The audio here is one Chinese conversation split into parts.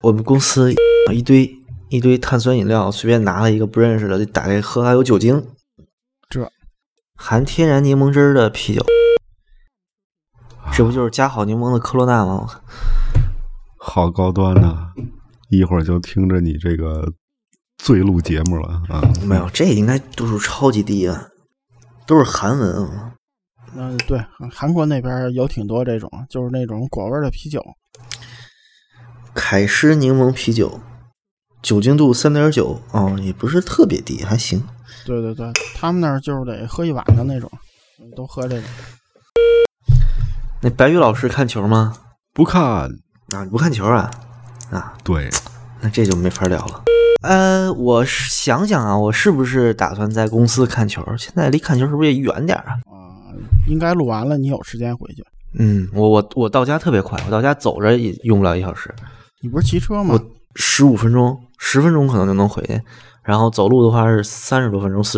我们公司一堆碳酸饮料，随便拿了一个不认识的，打开喝还有酒精， 这含天然柠檬汁的啤酒，这不就是加好柠檬的科罗娜吗？ 好高端呐！一会儿就听着你这个醉录节目了啊！ 没有，这应该度数超级低啊，都是韩文啊。 对，韩国那边有挺多这种，就是那种果味的啤酒。 凯诗柠檬啤酒，酒精度 3.9 哦，也不是特别低，还行。 对对对，他们那儿就是得喝一晚的那种，都喝这个。 那白宇老师看球吗？ 不看啊，你不看球啊？啊， 对， 那这就没法聊了。我想想啊，我是不是打算在公司看球？现在离看球是不是也远点啊？ 应该录完了，你有时间回去。 我到家特别快，我到家走着也用不了1小时。 你不是骑车吗？ 我15分钟，10分钟可能就能回去，然后走路的话是30多分钟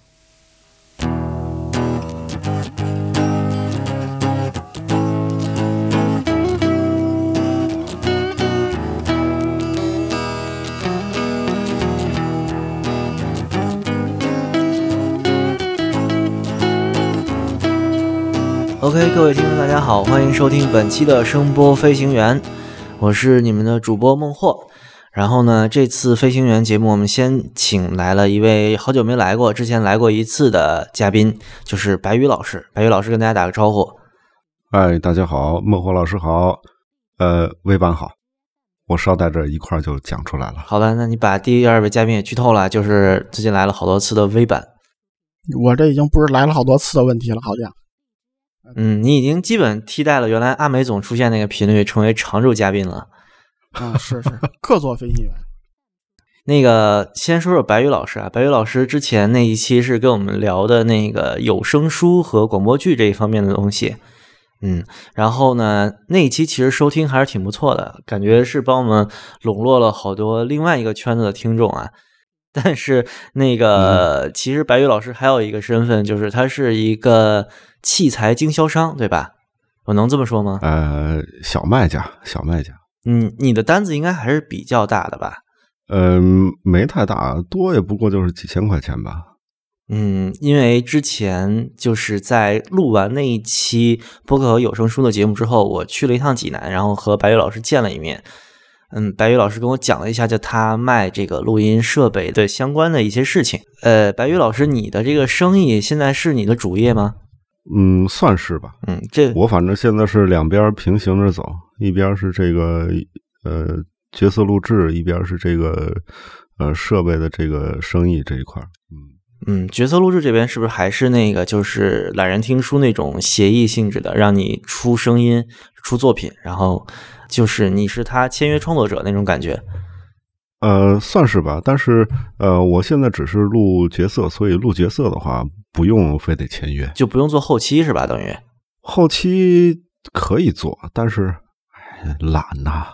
，40。OK， 各位听众大家好，欢迎收听本期的声波飞行员，我是你们的主播孟获。然后呢，这次飞行员节目我们先请来了一位好久没来过，之前来过一次的嘉宾，就是白宇老师。白宇老师跟大家打个招呼。 哎，大家好，孟获老师好，微版好，我捎带着一块就讲出来了。 好的，那你把第2位嘉宾也剧透了，就是最近来了好多次的微版。 我这已经不是来了好多次的问题了，好像。 你已经基本替代了原来阿美总出现那个频率，成为常驻嘉宾了。 是客座飞行员。 那个先说说白宇老师啊，白宇老师之前那一期是跟我们聊的那个有声书和广播剧这一方面的东西。然后呢，那一期其实收听还是挺不错的，感觉是帮我们笼络了好多另外一个圈子的听众啊。但是那个其实白宇老师还有一个身份，就是他是一个器材经销商，对吧？我能这么说吗？ 小卖家。 你的单子应该还是比较大的吧？ 没太大，多也不过就是几千块钱吧。 因为之前就是在录完那一期播客和有声书的节目之后，我去了一趟济南，然后和白宇老师见了一面。白宇老师跟我讲了一下，就他卖这个录音设备的相关的一些事情。白宇老师，你的这个生意现在是你的主业吗？ 算是吧。 我反正现在是两边平行着走，一边是这个角色录制，一边是这个设备的这个生意这一块。 角色录制这边是不是还是那个就是懒人听书那种协议性质的，让你出声音、出作品，然后就是你是他签约创作者那种感觉？ 算是吧，但是我现在只是录角色，所以录角色的话不用非得签约， 就不用做后期是吧？等于后期可以做，但是懒呐。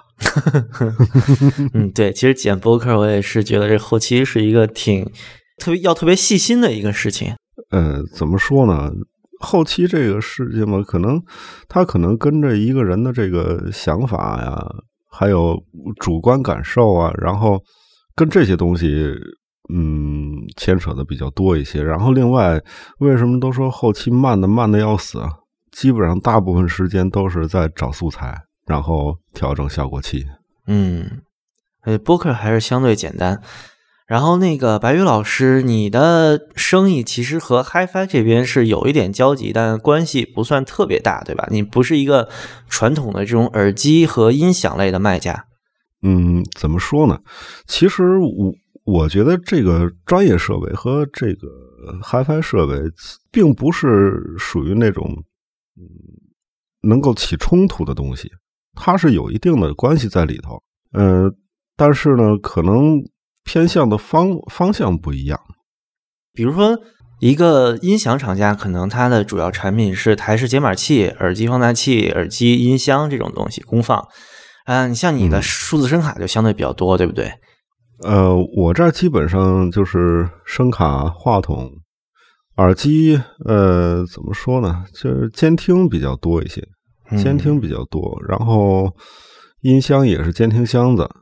对，其实剪播客我也是觉得这后期是一个特别细心的一个事情。 怎么说呢？后期这个事情嘛，他可能跟着一个人的这个想法呀，还有主观感受啊，然后跟这些东西牵扯的比较多一些。然后另外，为什么都说后期慢的要死啊？基本上大部分时间都是在找素材，然后调整效果器。 播客还是相对简单。然后那个白宇老师，你的生意其实和 Hi-Fi 这边是有一点交集，但关系不算特别大，对吧？你不是一个传统的这种耳机和音响类的卖家。 怎么说呢？其实我觉得这个专业设备和这个 Hi-Fi 设备并不是属于那种能够起冲突的东西，它是有一定的关系在里头。但是呢，可能偏向的方向不一样。 比如说一个音响厂家，可能它的主要产品是台式解码器、耳机放大器、耳机音箱这种东西功放。你像你的数字声卡就相对比较多，对不对？ 我这儿基本上就是声卡、话筒、耳机，怎么说呢？就是监听比较多一些，然后音箱也是监听箱子。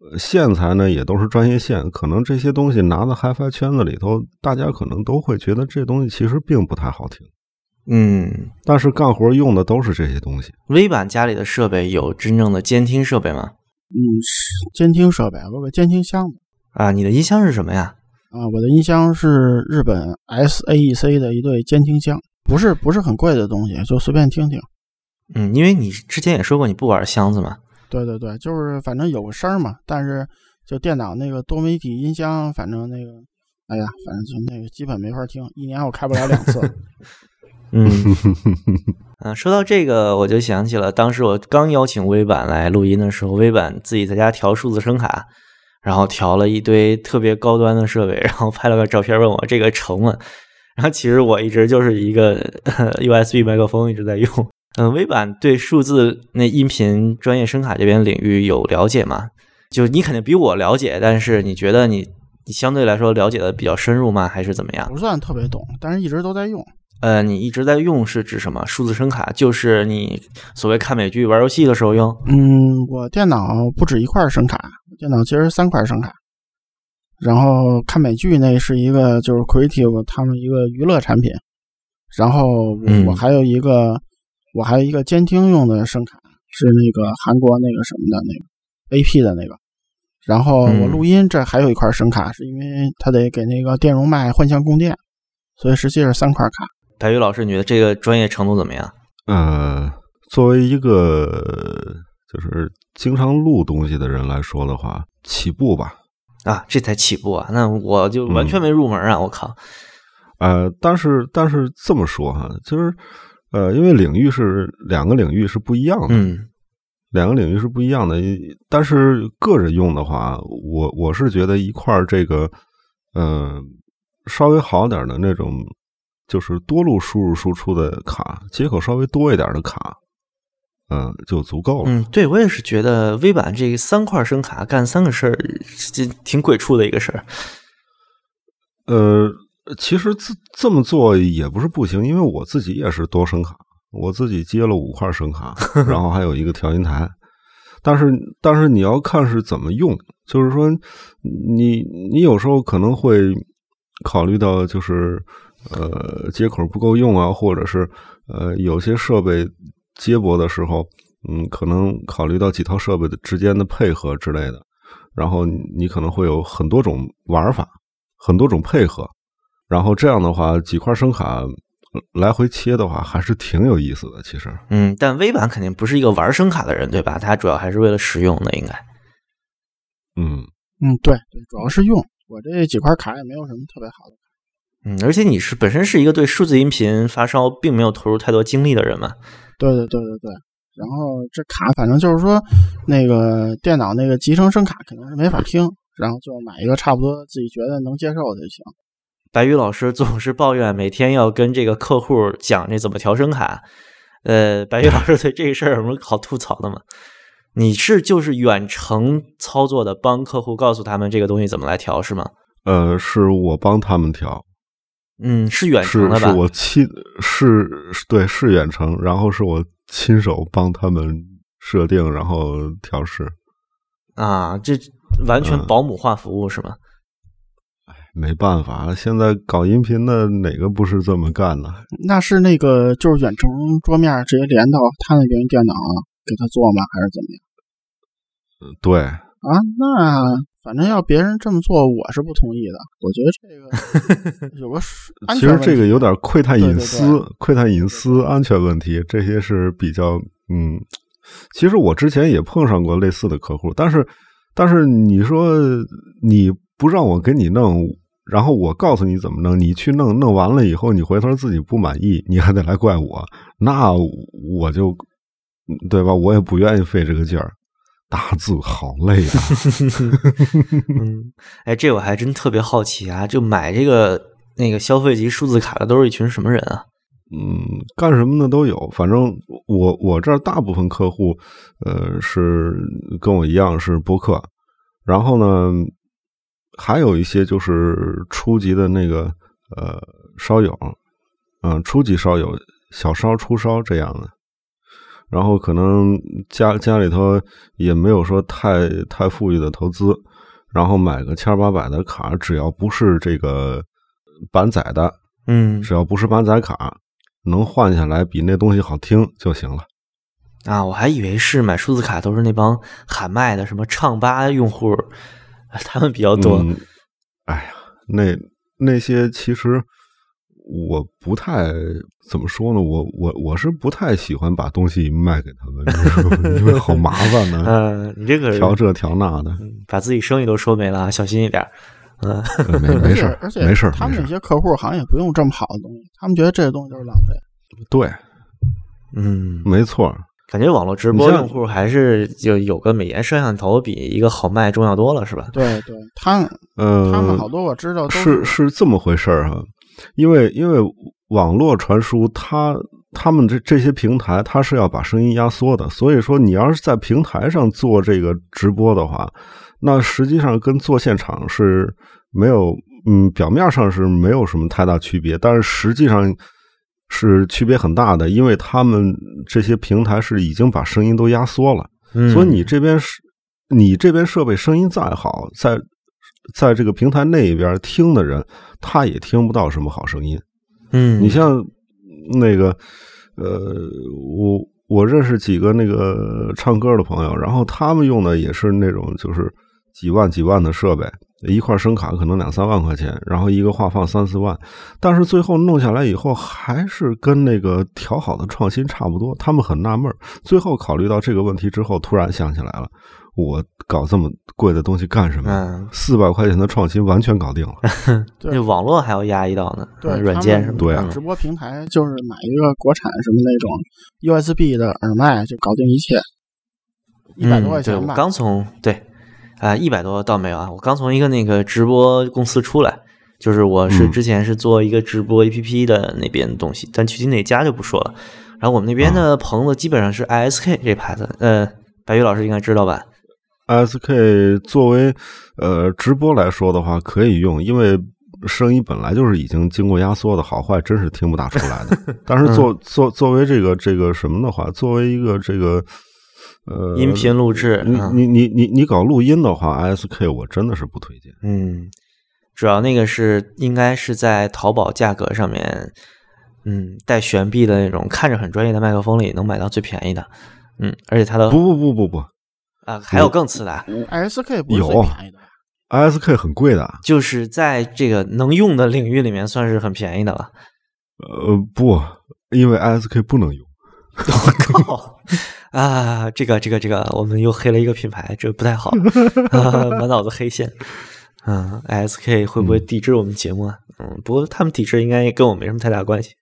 线材呢也都是专业线，可能这些东西拿到 HiFi 圈子里头，大家可能都会觉得这东西其实并不太好听。但是干活用的都是这些东西。 微版家里的设备有真正的监听设备吗？ 监听设备，我有个监听箱子。 啊，你的音箱是什么呀？ 我的音箱是日本 SAEC 的一对监听箱，不是很贵的东西，就随便听听。 因为你之前也说过你不玩箱子嘛。 对，就是反正有个声嘛，但是就电脑那个多媒体音箱，反正那个，反正就那个基本没法听，一年我开不了2次。 说到这个，我就想起了当时我刚邀请微版来录音的时候，微版自己在家调数字声卡，然后调了一堆特别高端的设备，然后拍了个照片问我这个成吗？然后其实我一直就是一个USB 麦克风一直在用。微版对数字那音频专业声卡这边领域有了解吗？就你肯定比我了解，但是你觉得你相对来说了解的比较深入吗？还是怎么样？ 不算特别懂，但是一直都在用。 你一直在用是指什么？数字声卡就是你所谓看美剧玩游戏的时候用？ 我电脑不止一块声卡，电脑其实3块声卡，然后看美剧那是一个就是 Creative 他们一个娱乐产品，然后我还有一个监听用的声卡，是那个韩国那个什么的那个 AP 的那个，然后我录音这还有一块声卡，是因为它得给那个电容麦换向供电，所以实际是3块卡。 白宇老师，你觉得这个专业程度怎么样？ 作为一个就是经常录东西的人来说的话，起步吧。 这才起步啊，那我就完全没入门啊，我靠。 但是这么说哈，就是因为两个领域是不一样的。两个领域是不一样的，但是个人用的话，我是觉得一块这个稍微好点的那种，就是多路输入输出的卡，接口稍微多一点的卡，就足够了。 对，我也是觉得微版这3块声卡干3个事儿，挺鬼畜的一个事儿。 其实这么做也不是不行，因为我自己也是多声卡，我自己接了5块声卡，然后还有一个调音台。但是你要看是怎么用，就是说你有时候可能会考虑到就是接口不够用啊，或者是有些设备接驳的时候，可能考虑到几套设备的之间的配合之类的，然后你可能会有很多种玩法，很多种配合，然后这样的话几块声卡来回切的话还是挺有意思的其实。 但微版肯定不是一个玩声卡的人对吧？他主要还是为了实用的应该。 对，主要是用，我这几块卡也没有什么特别好的。 而且你本身是一个对数字音频发烧并没有投入太多精力的人嘛。 对。然后这卡反正就是说那个电脑那个集成声卡肯定是没法听，然后就买一个差不多自己觉得能接受的就行。 白宇老师总是抱怨每天要跟这个客户讲这怎么调声卡。白宇老师对这个事儿有什么好吐槽的吗？你就是远程操作的，帮客户告诉他们这个东西怎么来调是吗？ 是我帮他们调。 是远程的吧？ 是我对，是远程，然后是我亲手帮他们设定，然后调试。 这完全保姆化服务是吗？ 没办法，现在搞音频的哪个不是这么干的？ 那是那个就是远程桌面直接连到他那边电脑给他做吗？还是怎么样？ 对。 那反正要别人这么做，我是不同意的。我觉得这个有个安全问题。 其实这个有点窥探隐私，窥探隐私安全问题，这些是比较其实我之前也碰上过类似的客户，但是你说你不让我给你弄，然后我告诉你怎么弄，你去弄完了以后，你回头自己不满意，你还得来怪我，那我就对吧？我也不愿意费这个劲儿。打字好累啊。这我还真特别好奇啊，就买这个那个消费级数字卡的都是一群什么人啊？ 干什么的都有，反正我这儿大部分客户是跟我一样是播客，然后呢还有一些就是初级的那个烧友，初级烧友，小烧初烧这样的。 然后可能家里头也没有说太富裕的投资，然后买个1800的卡，只要不是这个板载的，只要不是板载卡，能换下来比那东西好听就行了。 啊，我还以为是买数字卡都是那帮喊麦的什么唱吧用户，他们比较多。 哎呀，那些其实我不太怎么说呢，我是不太喜欢把东西卖给他们，因为好麻烦呢。 你这个调这调那的， 把自己生意都说没了，小心一点。 没事， 而且没事。 他们那些客户好像也不用这么好的东西，他们觉得这个东西就是浪费。 对，没错。 感觉网络直播用户还是就有个美颜摄像头比一个好麦重要多了，是吧？ 对，他们好多我知道都是这么回事哈。因为网络传输，他们这些平台，它是要把声音压缩的，所以说你要是在平台上做这个直播的话，那实际上跟做现场是没有，表面上是没有什么太大区别，但是实际上是区别很大的，因为他们这些平台是已经把声音都压缩了，所以你这边设备声音再好，在这个平台那一边听的人，他也听不到什么好声音。你像那个我认识几个那个唱歌的朋友，然后他们用的也是那种就是几万的设备，一块声卡可能2-3万块钱，然后一个话放3-4万，但是最后弄下来以后还是跟那个调好的创新差不多。他们很纳闷，最后考虑到这个问题之后，突然想起来了，我搞这么贵的东西干什么？400块钱的创新完全搞定了。 那网络还要压一道呢， 对， 软件什么的。 对啊， 直播平台就是买一个国产什么那种 USB 的耳麦就搞定一切，100多块钱吧。 对，我刚从100多倒没有啊，我刚从一个那个直播公司出来，就是我是之前是做一个直播 APP 的那边的东西，但具体哪家就不说了。然后我们那边的棚子基本上是 ISK 这牌子，白宇老师应该知道吧？ ISK 作为直播来说的话可以用，因为声音本来就是已经经过压缩的，好坏真是听不大出来的。但是作为这个什么的话，作为一个这个音频录制， 你搞录音的话 ，ISK 我真的是不推荐。 主要那个应该是在淘宝价格上面，带悬臂的那种，看着很专业的麦克风里能买到最便宜的。而且它的不还有更次的 ISK 不是最便宜的 ，ISK 很贵的， 就是在这个能用的领域里面算是很便宜的了。 不，因为 ISK 不能用。 我靠啊！这个，我们又黑了一个品牌，这不太好满脑子黑线。ISK 会不会抵制我们节目啊？不过他们抵制应该也跟我没什么太大关系。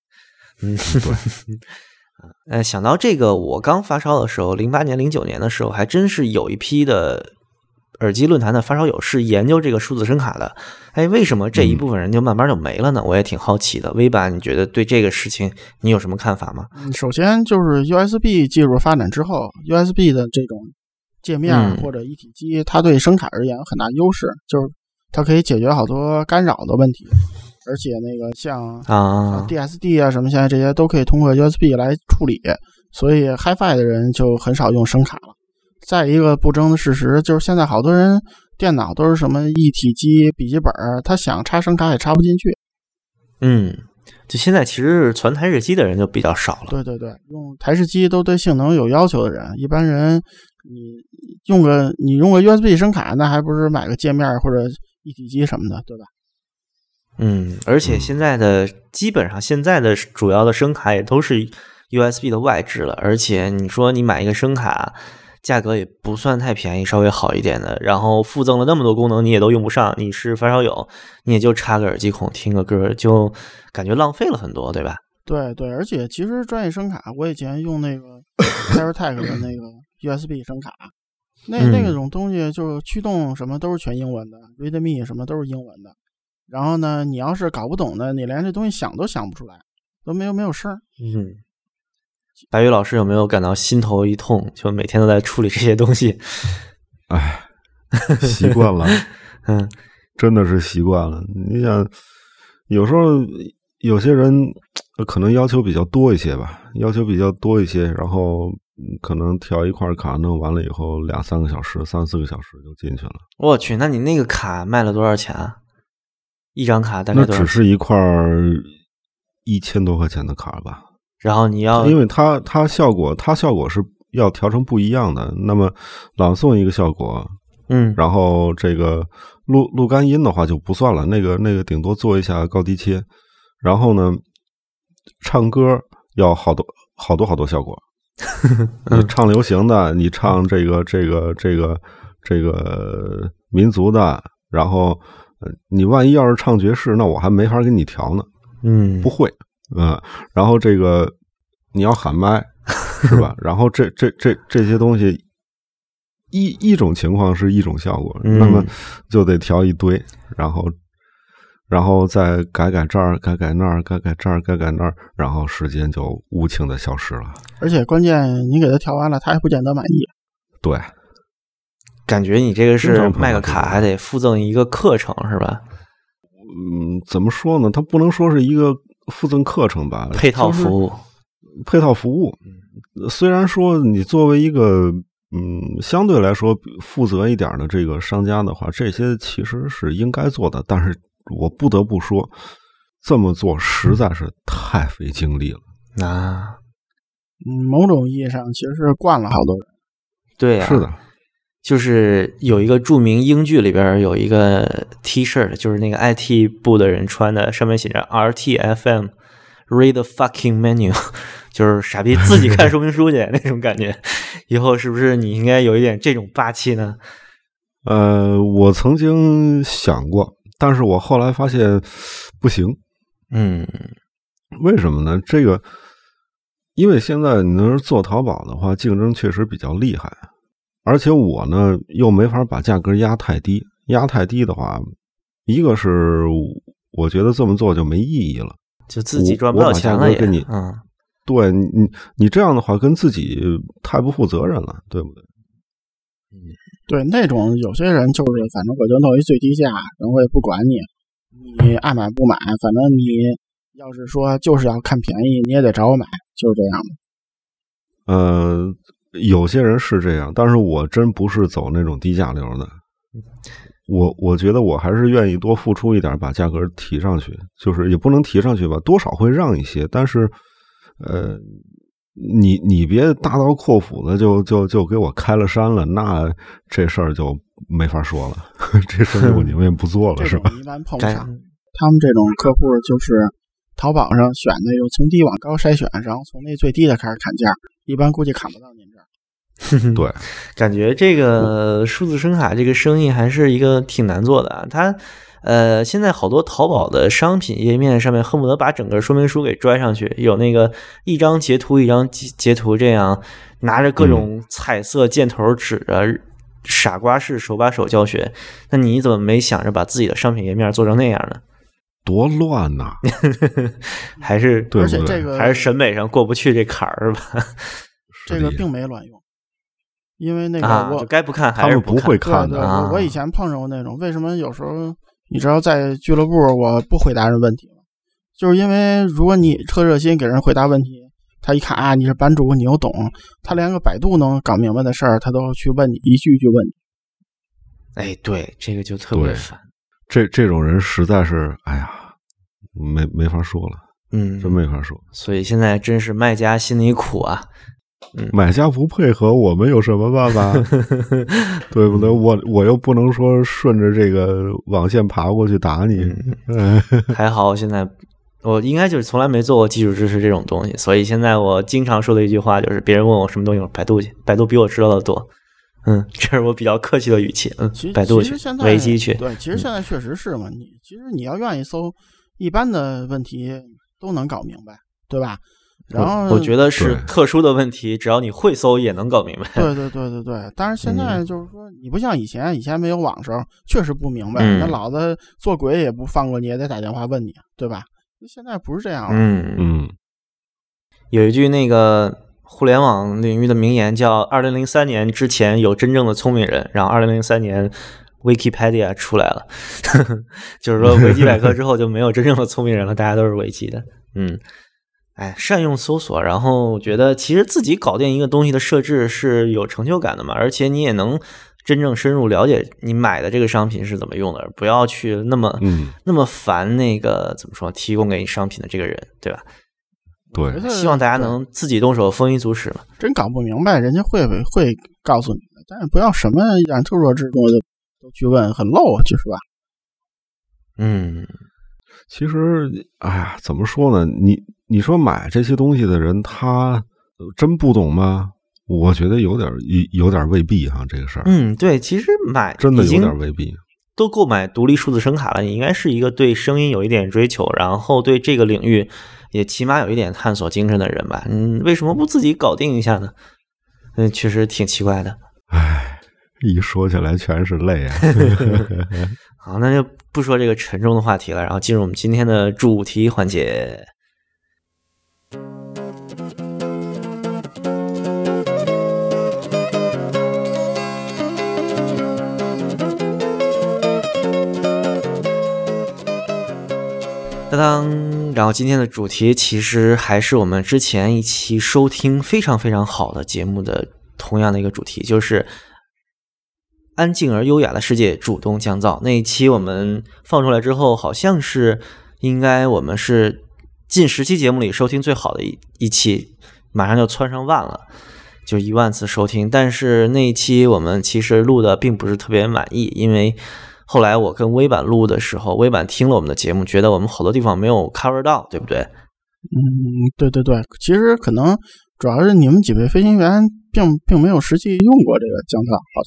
对。想到这个，我刚发烧的时候，08年、09年的时候，还真是有一批的耳机论坛的发烧友是研究这个数字声卡的。为什么这一部分人就慢慢就没了呢？我也挺好奇的。微爸，你觉得对这个事情你有什么看法吗？ 首先就是 USB 技术发展之后 ，USB 的这种界面或者一体机，它对声卡而言有很大优势，就是它可以解决好多干扰的问题。而且那个像DSD 啊什么，现在这些都可以通过 USB 来处理，所以 HiFi 的人就很少用声卡了。再一个不争的事实就是，现在好多人电脑都是什么一体机、笔记本，他想插声卡也插不进去。 就现在其实传台式机的人就比较少了。 对，用台式机都对性能有要求的人，一般人你用个 USB 声卡，那还不是买个界面或者一体机什么的，对吧？ 而且现在的基本上现在的主要的声卡也都是 USB 的外置了，而且你说你买一个声卡价格也不算太便宜，稍微好一点的，然后附赠了那么多功能你也都用不上，你是发烧友你也就插个耳机孔听个歌，就感觉浪费了很多，对吧？ 对，而且其实专业声卡我以前用那个 AirTag 的那个 USB 声卡，那种东西就是驱动什么都是全英文的， README 什么都是英文的，然后呢你要是搞不懂的，你连这东西想都想不出来，都没有声。 白宇老师有没有感到心头一痛，就每天都在处理这些东西？ 习惯了。真的是习惯了。你想有时候有些人可能要求比较多一些吧，然后可能调一块卡弄完了以后2-3个小时3-4个小时就进去了。 我去，那你那个卡卖了多少钱啊？一张卡大概多少钱？ 那只是一块1000多块钱的卡吧。 然后你要， 因为它效果是要调成不一样的，那么朗诵一个效果，然后这个录干音的话就不算了，那个顶多做一下高低切，然后呢，唱歌要好多效果。你唱流行的，你唱这个民族的，然后你万一要是唱爵士，那我还没法给你调呢，不会，然后这个你要喊麦是吧？然后这些东西一种情况是一种效果，那么就得调一堆，然后再改这儿，改那儿，改这儿，改那儿，然后时间就无情的消失了。 而且关键你给他调完了，他还不见得满意。 对， 感觉你这个是卖个卡还得附赠一个课程是吧？ 怎么说呢？它不能说是一个附赠课程吧， 配套服务。 虽然说你作为一个相对来说负责一点的这个商家的话，这些其实是应该做的，但是我不得不说，这么做实在是太费精力了啊。 某种意义上其实是惯了好多人。 对啊， 是的， 就是有一个著名英剧里边有一个 T 恤，就是那个 IT 部的人穿的，上面写着 RTFM Read the fucking menu， 就是傻逼自己看说明书去那种感觉。以后是不是你应该有一点这种霸气呢？ 我曾经想过，但是我后来发现不行。为什么呢？这个因为现在你要是做淘宝的话，竞争确实比较厉害，而且我呢又没法把价格压太低的话，一个是我觉得这么做就没意义了， 就自己赚不到钱了也。 对，你这样的话跟自己太不负责任了，对不对？ 对，那种有些人就是反正我就弄一最低价，然后我也不管你爱买不买，反正你要是说就是要看便宜，你也得找我买，就是这样的。有些人是这样，但是我真不是走那种低价流的。我觉得我还是愿意多付出一点，把价格提上去，就是也不能提上去吧，多少会让一些，但是你别大刀阔斧的就给我开了山了，那这事儿就没法说了，这事儿我宁愿不做了，是吧？ 一般碰不上，他们这种客户就是淘宝上选的，又从低往高筛选，然后从那最低的开始砍价，一般估计砍不到您这儿。 对， 感觉这个数字声卡这个生意还是一个挺难做的啊。它现在好多淘宝的商品页面上面恨不得把整个说明书给拽上去，有那个一张截图一张截图，这样拿着各种彩色箭头指着傻瓜式手把手教学。那你怎么没想着把自己的商品页面做成那样呢？ 多乱呐！ 还是对，而且这个还是审美上过不去这坎儿吧？ 这个并没卵用。因为那个我该不看还是不会看的。 对，我以前碰上过那种，为什么有时候你知道在俱乐部我不回答人问题吗？就是因为如果你特热心给人回答问题，他一看啊你是版主你又懂，他连个百度能搞明白的事儿他都去问你，一句句问你。 哎，对，这个就特别烦。 这种人实在是哎呀没法说了，真没法说。 所以现在真是卖家心里苦啊。 买家不配合我们有什么办法？对不对？我又不能说顺着这个网线爬过去打你。 还好现在我应该就是从来没做过基础知识这种东西，所以现在我经常说的一句话就是别人问我什么东西，百度去，百度比我知道的多。这是我比较客气的语气。百度去，维基去。 对，其实现在确实是嘛，其实你要愿意搜，一般的问题都能搞明白，对吧？然后我觉得是特殊的问题，只要你会搜也能搞明白。 对。但是现在就是说，你不像以前没有网时候，确实不明白，那老子做鬼也不放过你，也得打电话问你，对吧？现在不是这样了。 有一句那个互联网领域的名言叫2003年之前有真正的聪明人，然后2003年 Wikipedia 出来了。就是说维基百科之后就没有真正的聪明人了，大家都是维基的。 善用搜索，然后觉得其实自己搞定一个东西的设置是有成就感的嘛，而且你也能真正深入了解你买的这个商品是怎么用的，不要去那么烦那个怎么说提供给你商品的这个人，对吧？ 对， 希望大家能自己动手，丰衣足食嘛。 真搞不明白，人家会告诉你的，但是不要什么让特弱智多的都去问，很 low， 就是吧？ 其实，哎呀，怎么说呢？你说买这些东西的人，他真不懂吗？我觉得有点未必哈，这个事儿。 对，其实买真的有点未必。 都购买独立数字声卡了，你应该是一个对声音有一点追求，然后对这个领域也起码有一点探索精神的人吧？为什么不自己搞定一下呢？确实挺奇怪的。 唉，一说起来全是泪啊。 好，那就不说这个沉重的话题了，然后进入我们今天的主题环节。当当，然后今天的主题其实还是我们之前一期收听非常非常好的节目的同样的一个主题，就是安静而优雅的世界主动降噪。那一期我们放出来之后，好像是应该我们是近10期节目里收听最好的一期，马上就窜上万了，就1万次收听。但是那一期我们其实录的并不是特别满意，因为后来我跟微版录的时候，微版听了我们的节目，觉得我们好多地方没有 cover 到，对不对？ 对对对，其实可能主要是你们几位飞行员并没有实际用过这个降噪，好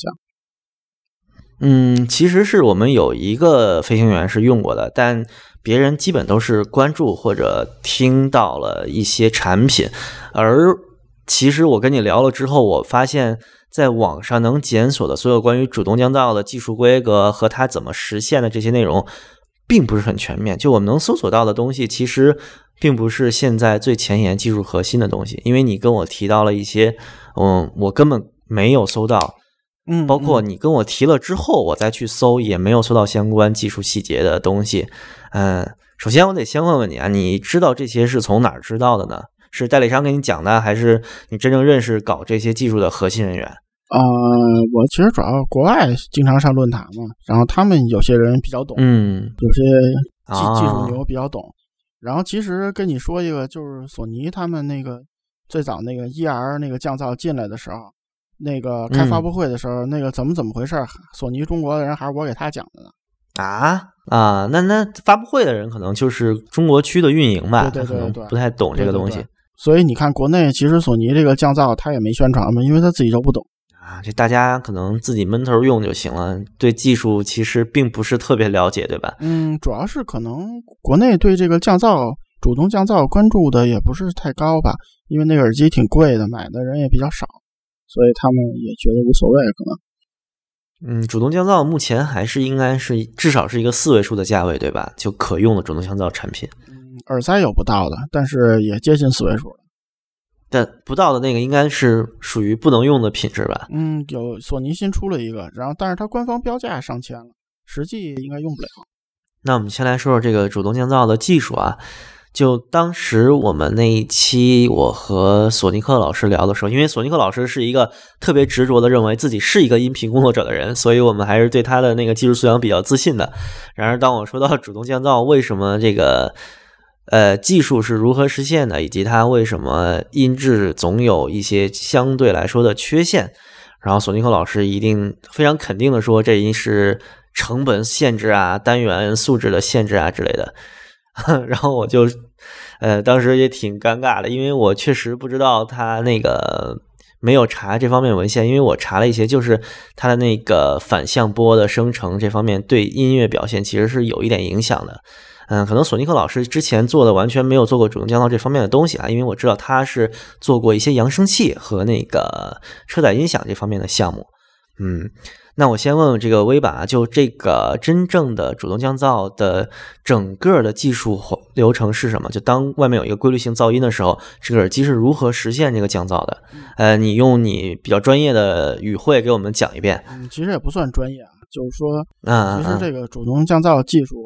像。 其实是我们有一个飞行员是用过的，但别人基本都是关注或者听到了一些产品，而其实我跟你聊了之后，我发现在网上能检索的所有关于主动降噪的技术规格和它怎么实现的这些内容并不是很全面，就我们能搜索到的东西其实并不是现在最前沿技术核心的东西，因为你跟我提到了一些我根本没有搜到，包括你跟我提了之后我再去搜也没有搜到相关技术细节的东西。首先我得先问问你啊，你知道这些是从哪儿知道的呢？是代理商给你讲的，还是你真正认识搞这些技术的核心人员？ 我其实主要国外经常上论坛嘛，然后他们有些人比较懂，有些技术牛比较懂。然后其实跟你说一个，就是索尼他们那个最早那个 ER 那个降噪进来的时候，那个开发布会的时候，那个怎么回事？索尼中国的人还是我给他讲的呢。 那发布会的人可能就是中国区的运营吧， 对， 可能不太懂这个东西。 对，所以你看国内其实索尼这个降噪他也没宣传嘛，因为他自己都不懂这大家可能自己闷头用就行了，对技术其实并不是特别了解，对吧？ 主要是可能国内对这个降噪主动降噪关注的也不是太高吧，因为那个耳机挺贵的，买的人也比较少，所以他们也觉得无所谓可能。 主动降噪目前还是应该是至少是一个4位数的价位，对吧？就可用的主动降噪产品。 耳塞有不到的，但是也接近4位数了。 但不到的那个应该是属于不能用的品质吧？ 有索尼新出了一个，然后但是它官方标价上千了，实际应该用不了。 那我们先来说说这个主动降噪的技术啊。就当时我们那一期我和索尼克老师聊的时候，因为索尼克老师是一个特别执着的认为自己是一个音频工作者的人，所以我们还是对他的那个技术素养比较自信的。然而当我说到主动降噪为什么这个技术是如何实现的，以及它为什么音质总有一些相对来说的缺陷，然后索尼克老师一定非常肯定的说这一是成本限制啊、单元素质的限制啊之类的。然后我就当时也挺尴尬的，因为我确实不知道他那个没有查这方面文献，因为我查了一些，就是他的那个反向波的生成这方面对音乐表现其实是有一点影响的。可能索尼克老师之前做的完全没有做过主动降噪这方面的东西啊，因为我知道他是做过一些扬声器和那个车载音响这方面的项目。那我先问问这个微版啊，就这个真正的主动降噪的整个的技术流程是什么？就当外面有一个规律性噪音的时候，这个耳机是如何实现这个降噪的？你用你比较专业的语汇给我们讲一遍。 其实也不算专业啊，就是说，其实这个主动降噪技术，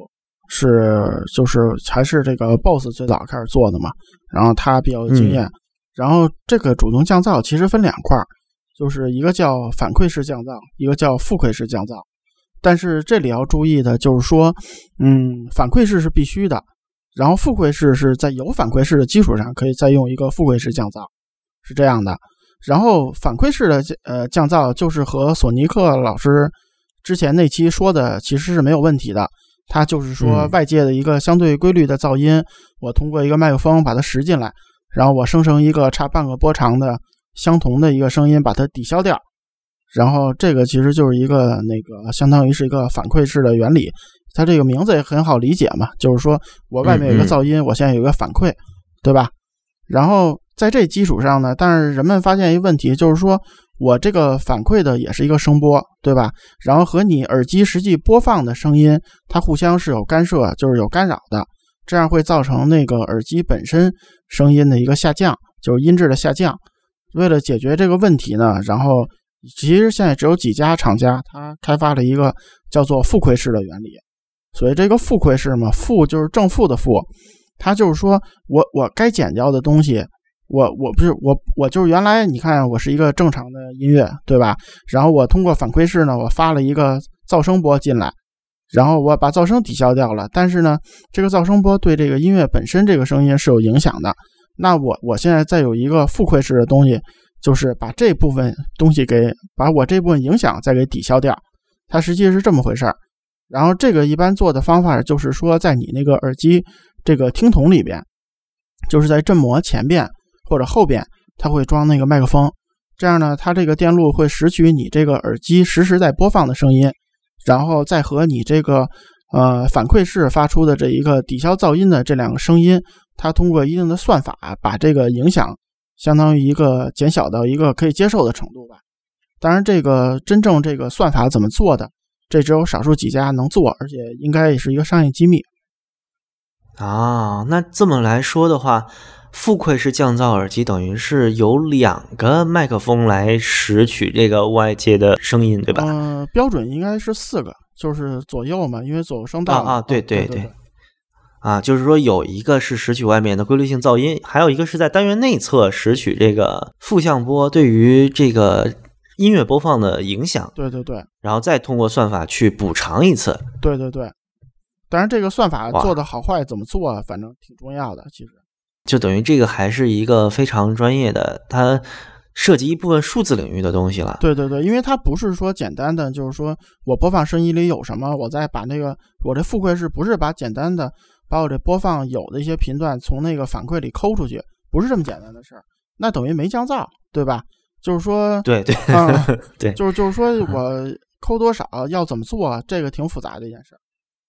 就是还是这个 BOSS 最早开始做的嘛，然后他比较有经验。然后这个主动降噪其实分2块，就是一个叫反馈式降噪，一个叫复馈式降噪。但是这里要注意的就是说，反馈式是必须的，然后复馈式是在有反馈式的基础上可以再用一个复馈式降噪，是这样的。然后反馈式的降噪就是和索尼克老师之前那期说的其实是没有问题的，它就是说外界的一个相对规律的噪音，我通过一个麦克风把它拾进来，然后我生成一个差半个波长的相同的一个声音把它抵消掉，然后这个其实就是一个那个相当于是一个反馈式的原理。它这个名字也很好理解嘛，就是说我外面有一个噪音，我现在有一个反馈，对吧？然后在这基础上呢，但是人们发现一个问题，就是说我这个反馈的也是一个声波，对吧？然后和你耳机实际播放的声音它互相是有干涉，就是有干扰的，这样会造成那个耳机本身声音的一个下降，就是音质的下降。为了解决这个问题呢，然后其实现在只有几家厂家它开发了一个叫做复馈式的原理。所以这个复馈式嘛，负就是正负的负，它就是说我该减掉的东西，我就是原来你看我是一个正常的音乐，对吧？然后我通过反馈式呢，我发了一个噪声波进来，然后我把噪声抵消掉了，但是呢，这个噪声波对这个音乐本身这个声音是有影响的。那我现在再有一个复馈式的东西，就是把这部分东西把我这部分影响再给抵消掉，它实际是这么回事儿。然后这个一般做的方法就是说，在你那个耳机这个听筒里边，就是在振膜前边或者后边，它会装那个麦克风，这样呢，它这个电路会拾取你这个耳机实时在播放的声音，然后再和你这个反馈式发出的这一个抵消噪音的这2个声音，它通过一定的算法把这个影响相当于一个减小到一个可以接受的程度吧。当然这个真正这个算法怎么做的，这只有少数几家能做，而且应该也是一个商业机密啊。那这么来说的话，复馈式降噪耳机等于是有2个麦克风来拾取这个外界的声音，对吧？ 标准应该是4个，就是左右嘛，因为左右声道对。就是说有一个是拾取外面的规律性噪音，还有一个是在单元内侧拾取这个负向波对于这个音乐播放的影响， 对， 然后再通过算法去补偿一次， 对。当然这个算法做的好坏怎么做，反正挺重要的。其实就等于这个还是一个非常专业的，它涉及一部分数字领域的东西了。 对，因为它不是说简单的就是说我播放声音里有什么，我再把那个我这复馈式不是把简单的把我这播放有的一些频段从那个反馈里抠出去，不是这么简单的事儿，那等于没降噪，对吧？就是说对对就是说我抠多少要怎么做，这个挺复杂的一件事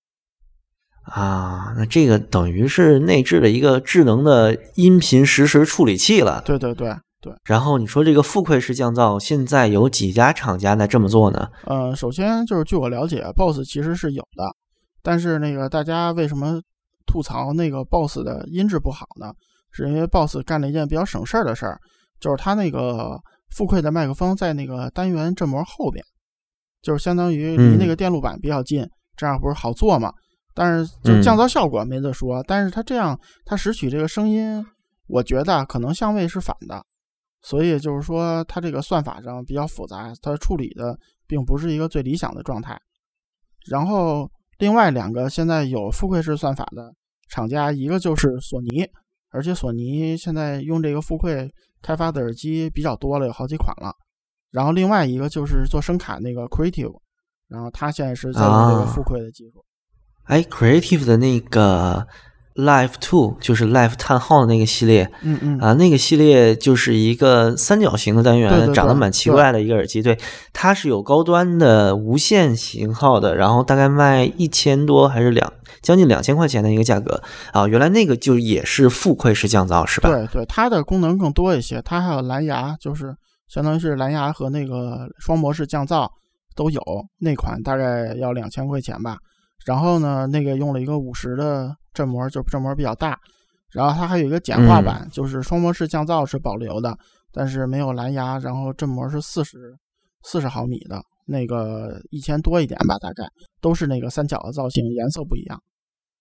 啊。那这个等于是内置了一个智能的音频实时处理器了。 对。 然后你说这个复馈式降噪现在有几家厂家在这么做呢？ 首先就是据我了解 BOSS 其实是有的，但是那个大家为什么吐槽那个 BOSS 的音质不好呢？是因为 BOSS 干了一件比较省事儿的事儿，就是他那个复馈的麦克风在那个单元振膜后边，就是相当于离那个电路板比较近，这样不是好做嘛？但是就降噪效果没得说，但是它这样它拾取这个声音，我觉得可能相位是反的，所以就是说它这个算法上比较复杂，它处理的并不是一个最理想的状态。然后另外2个现在有复馈式算法的厂家，一个就是索尼，而且索尼现在用这个复馈开发的耳机比较多了，有好几款了。然后另外一个就是做声卡那个 Creative， 然后它现在是在用这个复馈的技术。 Creative 的那个 Live 2 就是 Live 叹号的那个系列，那个系列就是一个三角形的单元， 对， 长得蛮奇怪的一个耳机。对，它是有高端的无线型号的，然后大概卖1000多还是将近2000块钱的一个价格啊。原来那个就也是复馈式降噪是吧？ 对，它的功能更多一些，它还有蓝牙，就是相当于是蓝牙和那个双模式降噪都有，那款大概要2000块钱吧。然后呢，那个用了一个50的振膜，就振膜比较大。然后它还有一个简化版，就是双模式降噪是保留的，但是没有蓝牙，然后振膜是40毫米的，那个1000多一点吧，大概都是那个三角的造型，颜色不一样。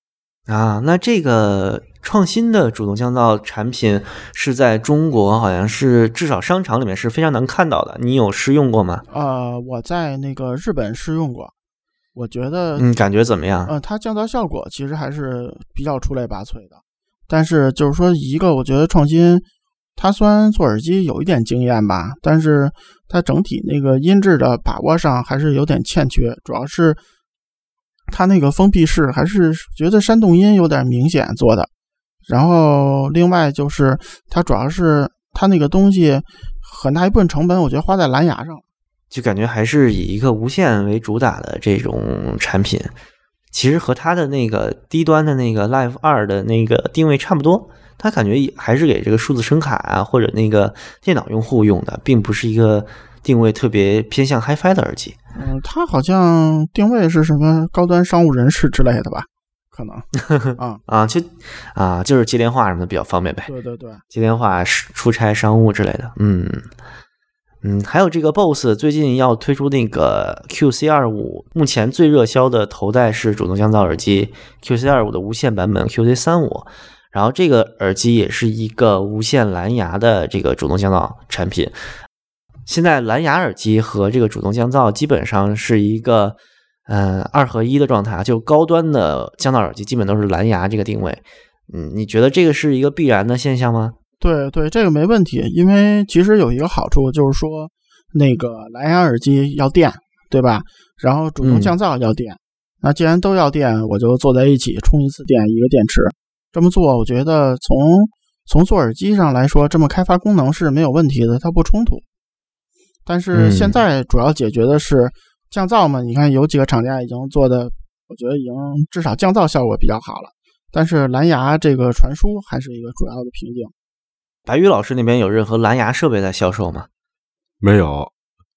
啊，那这个创新的主动降噪产品是在中国好像是至少商场里面是非常难看到的，你有试用过吗？ 我在那个日本试用过，我觉得感觉怎么样？ 它降噪效果其实还是比较出类拔萃的，但是就是说一个我觉得创新，它虽然做耳机有一点经验吧，但是它整体那个音质的把握上还是有点欠缺，主要是它那个封闭式还是觉得煽动音有点明显做的，然后另外就是它主要是它那个东西很大一部分成本我觉得花在蓝牙上了， 就感觉还是以一个无线为主打的这种产品，其实和它的那个低端的那个 Live 2的那个定位差不多，它感觉还是给这个数字声卡啊或者那个电脑用户用的，并不是一个定位特别偏向 Hi-Fi 的耳机。 它好像定位是什么高端商务人士之类的吧，可能就是接电话什么的比较方便呗。 对对对， 接电话、出差、商务之类的。还有这个 BOSS 最近要推出那个 QC25， 目前最热销的头戴式主动降噪耳机 QC25 的无线版本 QC35， 然后这个耳机也是一个无线蓝牙的这个主动降噪产品。现在蓝牙耳机和这个主动降噪基本上是一个2合1的状态，就高端的降噪耳机基本都是蓝牙这个定位。你觉得这个是一个必然的现象吗？ 对对，这个没问题，因为其实有一个好处就是说那个蓝牙耳机要电，对吧？然后主动降噪要电，那既然都要电，我就坐在一起充一次电一个电池，这么做我觉得从做耳机上来说，这么开发功能是没有问题的，它不冲突。但是现在主要解决的是降噪嘛，你看有几个厂家已经做的，我觉得已经至少降噪效果比较好了，但是蓝牙这个传输还是一个主要的瓶颈。 白宇老师那边有任何蓝牙设备在销售吗？ 没有。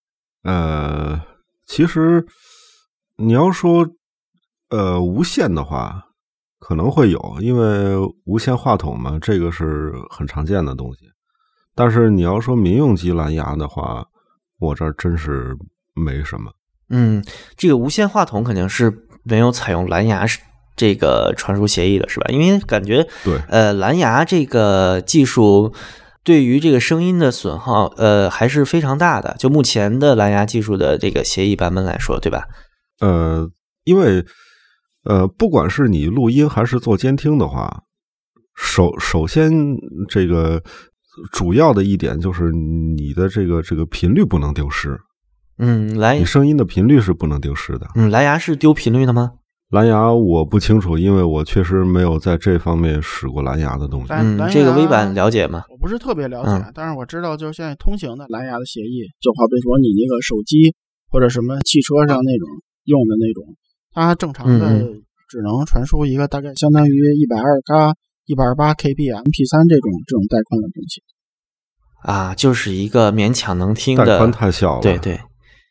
其实你要说无线的话可能会有，因为无线话筒嘛，这个是很常见的东西。但是你要说民用机蓝牙的话，我这儿真是没什么。 这个无线话筒肯定是没有采用蓝牙这个传输协议的，是吧？因为感觉对， 蓝牙这个技术对于这个声音的损耗还是非常大的，就目前的蓝牙技术的这个协议版本来说，对吧？ 因为不管是你录音还是做监听的话，首先这个主要的一点就是你的这个频率不能丢失。你声音的频率是不能丢失的。 蓝牙是丢频率的吗？ 蓝牙我不清楚，因为我确实没有在这方面使过蓝牙的东西。 这个微版了解吗？ 我不是特别了解，但是我知道就是现在通行的蓝牙的协议，就好比说你那个手机或者什么汽车上那种用的那种，它正常的只能传输一个大概相当于120K、128KB MP3 这种带宽的东西。 就是一个勉强能听的， 带宽太小了。 对对，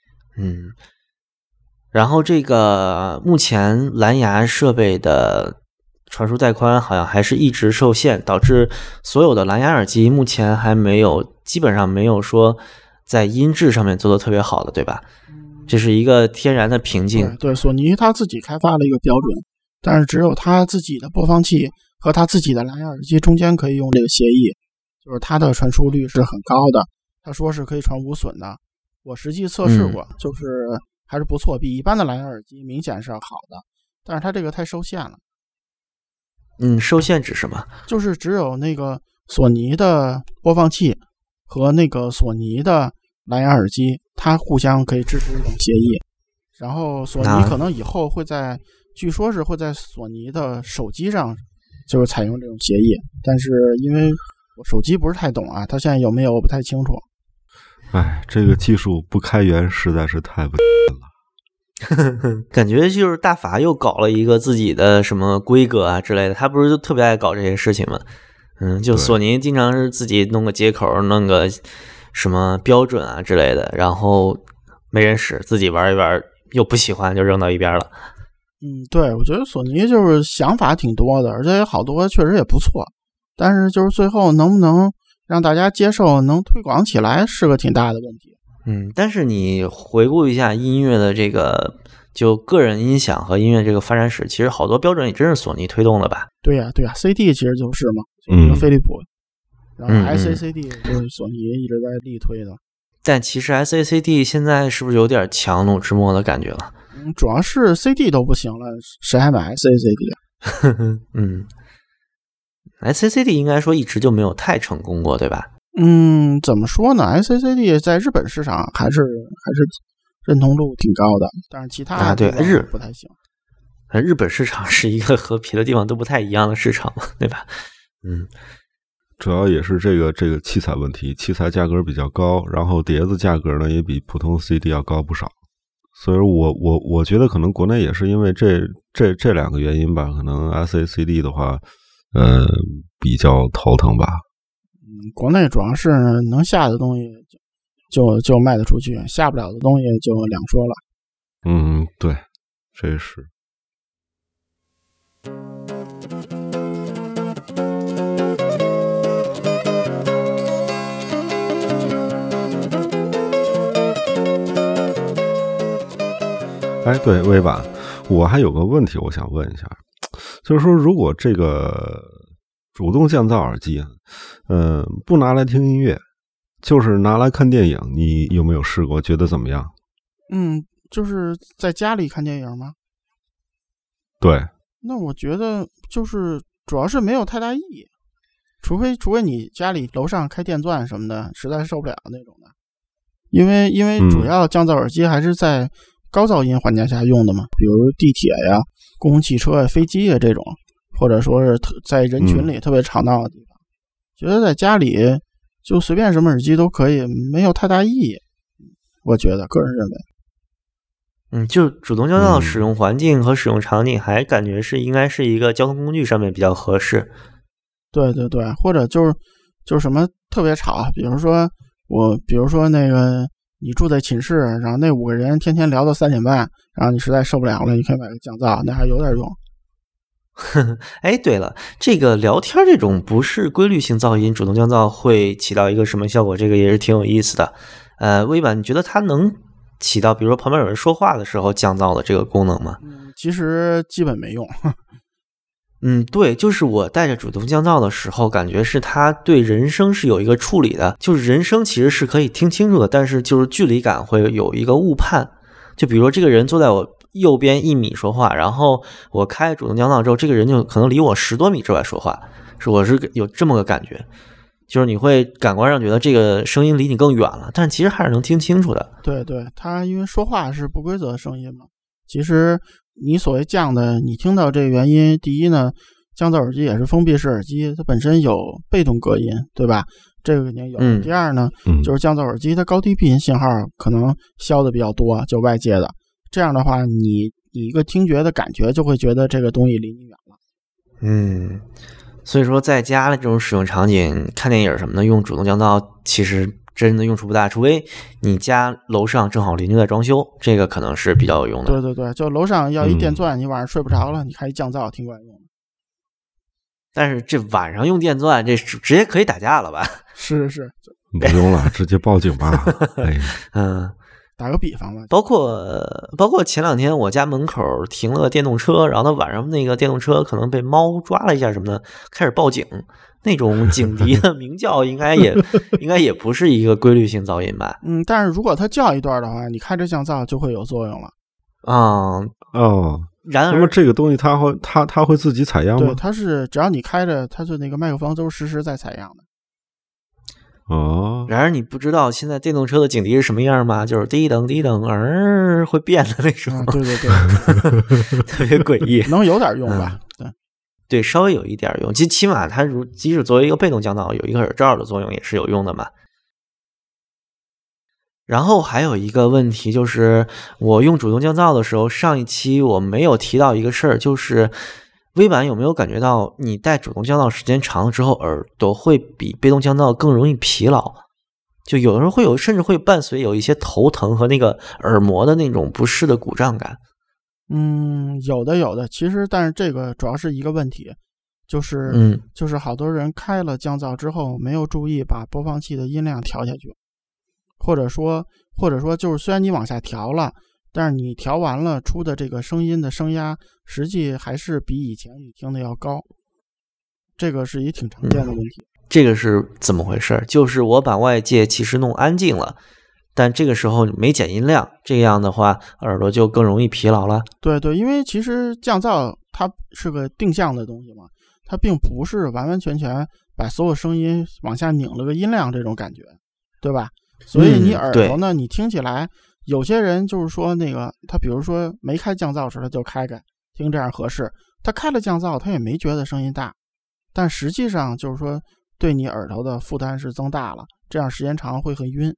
然后这个目前蓝牙设备的传输带宽好像还是一直受限，导致所有的蓝牙耳机目前还基本上没有说在音质上面做得特别好的，对吧？这是一个天然的瓶颈。 对，索尼他自己开发了一个标准，但是只有他自己的播放器和他自己的蓝牙耳机中间可以用这个协议，就是它的传输率是很高的，他说是可以传无损的。我实际测试过，就是还是不错，比一般的蓝牙耳机明显是要好的，但是它这个太受限了。 受限指什么？ 就是只有那个索尼的播放器和那个索尼的蓝牙耳机，它互相可以支持这种协议。然后索尼可能以后会据说是会在索尼的手机上就是采用这种协议，但是因为我手机不是太懂啊，它现在有没有我不太清楚。 这个技术不开源实在是太不了。 感觉就是大法又搞了一个自己的什么规格啊之类的，他不是就特别爱搞这些事情吗？就索尼经常是自己弄个接口，弄个什么标准啊之类的，然后没人使，自己玩一玩又不喜欢就扔到一边了。 对，我觉得索尼就是想法挺多的，而且好多确实也不错，但是就是最后能不能让大家接受，能推广起来是个挺大的问题。 但是你回顾一下音乐的这个就个人音响和音乐这个发展史，其实好多标准也真是索尼推动的吧？ 对呀，CD 其实就是嘛，就是飞利浦，然后 SACD 就是索尼一直在力推的。 但其实 SACD 现在是不是有点强弩之末的感觉了？ 主要是 CD 都不行了，谁还买 SACD 啊？SACD 应该说一直就没有太成功过，对吧？ 怎么说呢 ？SACD 在日本市场还是认同度挺高的，但是其他对不太行。 日本市场是一个和别的地方都不太一样的市场，对吧？ 主要也是这个器材问题，器材价格比较高，然后碟子价格呢也比普通 CD 要高不少，所以我觉得可能国内也是因为这两个原因吧，可能 SACD 的话，比较头疼吧。 国内主要是能下的东西就卖得出去，下不了的东西就两说了。 对，这是。对，微版，我还有个问题我想问一下，就是说如果这个主动降噪耳机不拿来听音乐，就是拿来看电影，你有没有试过，觉得怎么样？ 就是在家里看电影吗？ 对。 那我觉得就是主要是没有太大意义，除非你家里楼上开电钻什么的，实在受不了那种的。因为主要降噪耳机还是在高噪音环境下用的嘛，比如地铁呀、公共汽车呀、飞机呀这种，或者说是在人群里特别吵闹的地方。觉得在家里就随便什么耳机都可以，没有太大意义。我觉得个人认为， 就主动降噪的使用环境和使用场景，还感觉是应该是一个交通工具上面比较合适。 对，或者就是什么特别吵，比如说那个。你住在寝室，然后那5个人天天聊到3点半，然后你实在受不了了，你可以买个降噪，那还有点用。 对了，这个聊天这种不是规律性噪音，主动降噪会起到一个什么效果？这个也是挺有意思的。微版，你觉得它能起到比如说旁边有人说话的时候降噪的这个功能吗？ 其实基本没用。 对，就是我带着主动降噪的时候，感觉是它对人声是有一个处理的，就是人声其实是可以听清楚的，但是就是距离感会有一个误判。就比如说这个人坐在我右边1米说话，然后我开主动降噪之后，这个人就可能离我10多米之外说话，我是有这么个感觉，就是你会感官上觉得这个声音离你更远了，但其实还是能听清楚的。 对，它因为说话是不规则的声音嘛，其实你所谓降的，你听到这个原因，第一呢，降噪耳机也是封闭式耳机，它本身有被动隔音，对吧？这个肯定有。第二呢，就是降噪耳机它高低频信号可能消的比较多，就外界的。这样的话，你一个听觉的感觉就会觉得这个东西离你远了。 所以说在家的这种使用场景，看电影什么的，用主动降噪其实真的用处不大，除非你家楼上正好邻居在装修，这个可能是比较有用的。 对，就楼上要一电钻，你晚上睡不着了，你开一降噪挺管用的。 但是这晚上用电钻，这直接可以打架了吧？ 是， 不用了，直接报警吧。 打个比方吧， 包括前2天我家门口停了个电动车，然后他晚上那个电动车可能被猫抓了一下什么的，开始报警，那种警笛的鸣叫应该也不是一个规律性噪音吧？ 但是如果它叫一段的话，你开着降噪就会有作用了。 然而， 那么这个东西它会自己采样吗？ 对，它是只要你开着，它就那个麦克风都是实时在采样的。 然而你不知道现在电动车的警笛是什么样吗？就是滴噔滴噔会变的那种。 对， 特别诡异。 能有点用吧？ 对，稍微有一点用。起码它即使作为一个被动降噪，有一个耳罩的作用也是有用的嘛。然后还有一个问题就是，我用主动降噪的时候，上一期我没有提到一个事儿，就是微版有没有感觉到你戴主动降噪时间长了之后，耳朵会比被动降噪更容易疲劳？就有的时候甚至会伴随有一些头疼和那个耳膜的那种不适的鼓胀感。 有的，其实但是这个主要是一个问题，就是好多人开了降噪之后没有注意把播放器的音量调下去，或者说就是虽然你往下调了， 但是你调完了出的这个声音的声压，实际还是比以前你听的要高，这个是一挺常见的问题。 这个是怎么回事？就是我把外界其实弄安静了，但这个时候没减音量，这样的话耳朵就更容易疲劳了。 对对，因为其实降噪它是个定向的东西嘛，它并不是完完全全把所有声音往下拧了个音量这种感觉，对吧？所以你耳朵呢，你听起来有些人就是说那个他比如说没开降噪时他就开听这样合适，他开了降噪他也没觉得声音大，但实际上就是说对你耳朵的负担是增大了，这样时间长会很晕。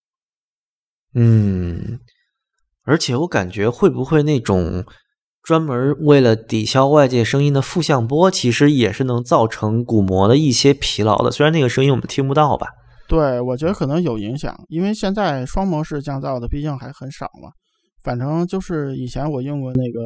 而且我感觉会不会那种专门为了抵消外界声音的负向波，其实也是能造成鼓膜的一些疲劳的，虽然那个声音我们听不到吧。 对，我觉得可能有影响，因为现在双模式降噪的毕竟还很少嘛。反正就是以前我用过那个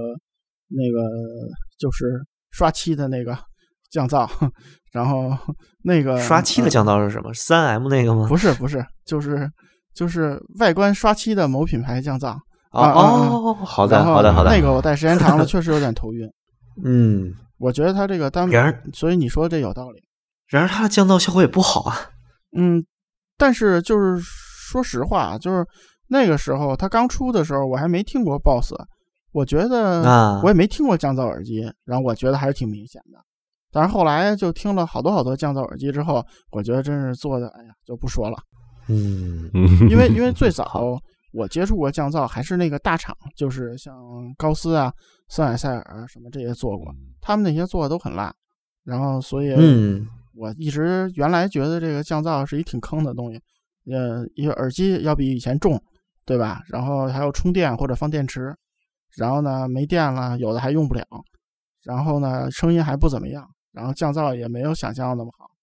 就是刷漆的那个降噪，然后那个刷漆的降噪是什么？3M 那个吗？ 不是，就是外观刷漆的某品牌降噪。 好的。 那个我戴时间长了确实有点头晕。我觉得它这个所以你说这有道理。 然而它的降噪效果也不好啊。 但是就是说实话，就是那个时候它刚出的时候我还没听过 BOSS， 我觉得我也没听过降噪耳机，然后我觉得还是挺明显的。但是后来就听了好多降噪耳机之后，我觉得真是做的就不说了。因为最早我接触过降噪还是那个大厂，就是像高斯啊、森海塞尔什么这些做过，他们那些做的都很烂，然后所以我一直原来觉得这个降噪是一挺坑的东西，一个耳机要比以前重，对吧？然后还要充电或者放电池，然后呢没电了，有的还用不了，然后呢声音还不怎么样，然后降噪也没有想象那么好。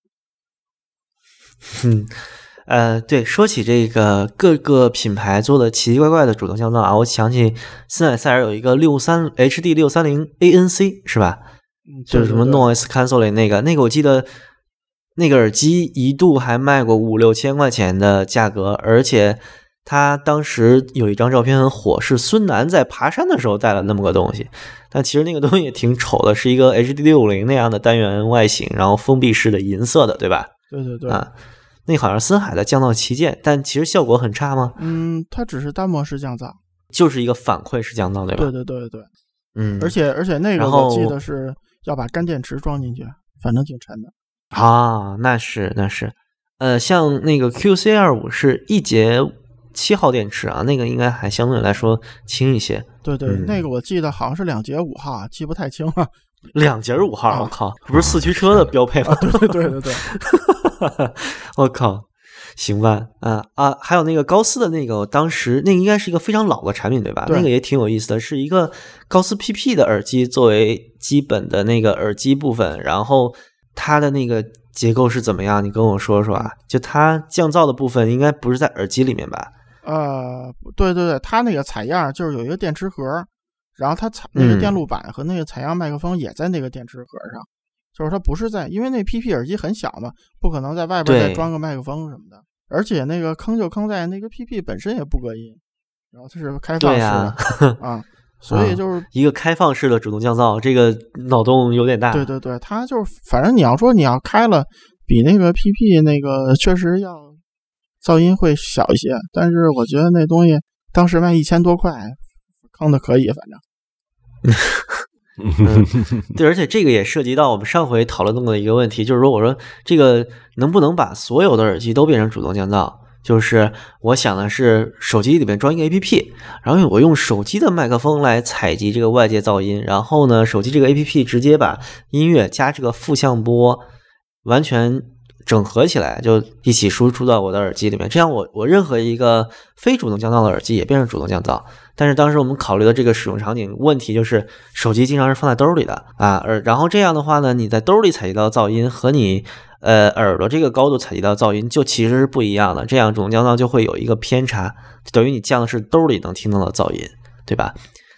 对，说起这个各个品牌做的奇奇怪怪的主动降噪啊，我想起森海塞尔有一个HD 630 ANC 是吧？就是什么 Noise Cancelling 那个我记得那个耳机一度还卖过5-6千块钱的价格，而且他当时有一张照片很火，是孙楠在爬山的时候带了那么个东西，但其实那个东西也挺丑的，是一个 HD 650那样的单元外形，然后封闭式的银色的，对吧？ 对那好像森海的降噪旗舰，但其实效果很差吗？ 它只是单模式降噪，就是一个反馈式降噪，对吧？ 对。而且那个我记得是要把干电池装进去，反正挺沉的。 那是。像那个 QC25 是1节7号电池啊，那个应该还相对来说轻一些。 对，那个我记得好像是2节5号，记不太清了。 2节5号，我靠，不是四驱车的标配吗？ 对。 我靠，行吧，还有那个高斯的那个，当时那个应该是一个非常老的产品，对吧？ 对， 那个也挺有意思的，是一个高斯 PP 的耳机作为基本的那个耳机部分，然后它的那个结构是怎么样？你跟我说说啊。就它降噪的部分应该不是在耳机里面吧？ 对，它那个采样就是有一个电池盒，然后它那个电路板和那个采样麦克风也在那个电池盒上。就是它不是因为那 PP 耳机很小嘛，不可能在外边再装个麦克风什么的，而且那个坑就坑在那个 PP 本身也不隔音，然后它是开放式的所以就是一个开放式的主动降噪，这个脑洞有点大。 对，它就是反正你要说你要开了，比那个 PP 那个确实要噪音会小一些，但是我觉得那东西当时卖1000多块，坑的可以，反正。 对，而且这个也涉及到我们上回讨论过的一个问题，就是说我说这个能不能把所有的耳机都变成主动降噪，就是我想的是手机里面装一个 APP， 然后我用手机的麦克风来采集这个外界噪音，然后呢手机这个 APP 直接把音乐加这个负向波完全整合起来，就一起输出到我的耳机里面，这样我任何一个非主动降噪的耳机也变成主动降噪。但是当时我们考虑的这个使用场景问题就是手机经常是放在兜里的然后这样的话呢，你在兜里采集到噪音和你耳朵这个高度采集到噪音就其实是不一样的，这样主动降噪就会有一个偏差，等于你降的是兜里能听到的噪音，对吧？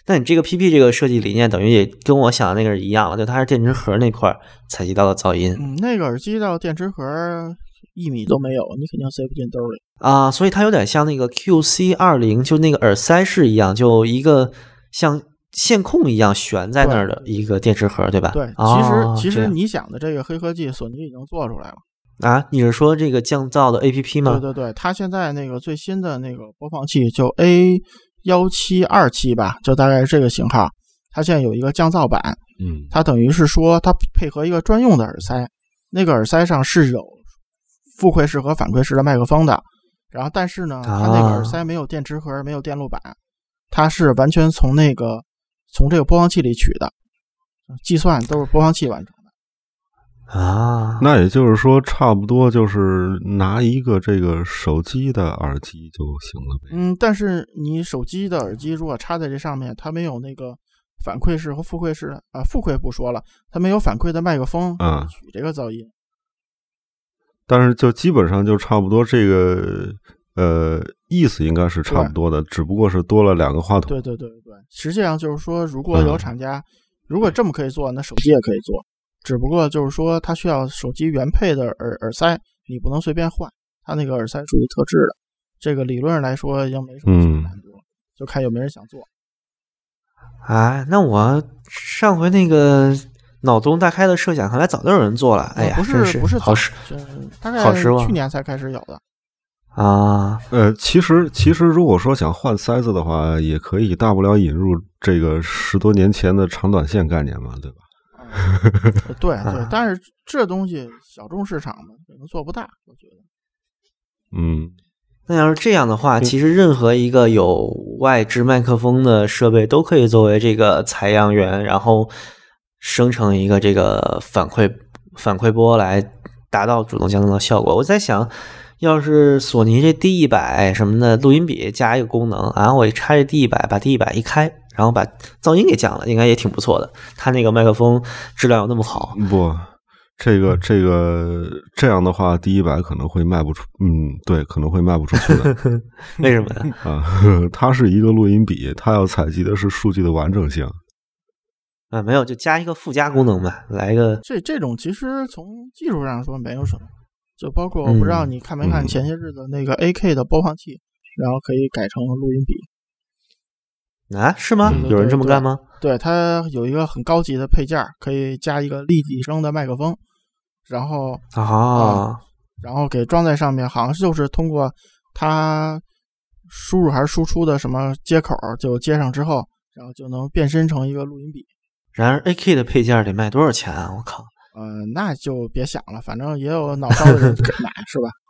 那你这个 PP 这个设计理念等于也跟我想的那个是一样了，就它是电池盒那块采集到的噪音。 那个耳机到电池盒1米都没有，你肯定塞不进兜里啊，所以它有点像那个 QC20，就那个耳塞式一样，就一个像线控一样悬在那儿的一个电池盒，对吧？ 对，其实你想的这个黑科技，索尼已经做出来了啊。你是说这个降噪的 APP 吗？ 对对对，它现在那个最新的那个播放器就 A1727吧，就大概是这个型号，它现在有一个降噪版。它等于是说它配合一个专用的耳塞，那个耳塞上是有复馈式和反馈式的麦克风的，然后但是呢，它那个耳塞没有电池盒，没有电路板，它是完全从这个播放器里取的，计算都是播放器完成的啊。 那也就是说，差不多就是拿一个这个手机的耳机就行了呗。 但是你手机的耳机如果插在这上面，它没有那个反馈式和复馈式复馈不说了，它没有反馈的麦克风取这个噪音。 但是就基本上就差不多这个意思应该是差不多的，只不过是多了2个话筒。 对对对对，实际上就是说，如果有厂家如果这么可以做，那手机也可以做，只不过就是说它需要手机原配的耳塞，你不能随便换，它那个耳塞属于特制的，这个理论上来说已经没什么难度了，就看有没有人想做。 那我上回那个脑洞大开的设想看来早就有人做了，哎呀， 不是好失， 大概好失望， 去年才开始有的啊。 其实如果说想换塞子的话，也可以大不了引入这个10多年前的长短线概念嘛，对吧？ 对对，但是这东西小众市场嘛，可能做不大，我觉得。 那要是这样的话，其实任何一个有外置麦克风的设备都可以作为这个采样源，然后生成一个这个反馈波来达到主动降噪的效果。我在想，要是索尼这 D100 什么的录音笔加一个功能我一插这 D100， 把 D100 一开，然后把噪音给降了，应该也挺不错的。它那个麦克风质量有那么好？ 不，这样的话，D100可能会卖不出，对，可能会卖不出去的。 为什么呢？它是一个录音笔，它要采集的是数据的完整性。 没有，就加一个附加功能吧，来一个。 这种其实从技术上说没有什么，就包括我不知道你看没看前些日子那个 AK 的播放器，然后可以改成录音笔。 是吗？有人这么干吗？ 对，它有一个很高级的配件，可以加一个立体声的麦克风，然后然后给装在上面，好像就是通过它输入还是输出的什么接口就接上之后，然后就能变身成一个录音笔。 然而 AK 的配件得卖多少钱啊？我靠！ 那就别想了，反正也有脑烧的人买是吧？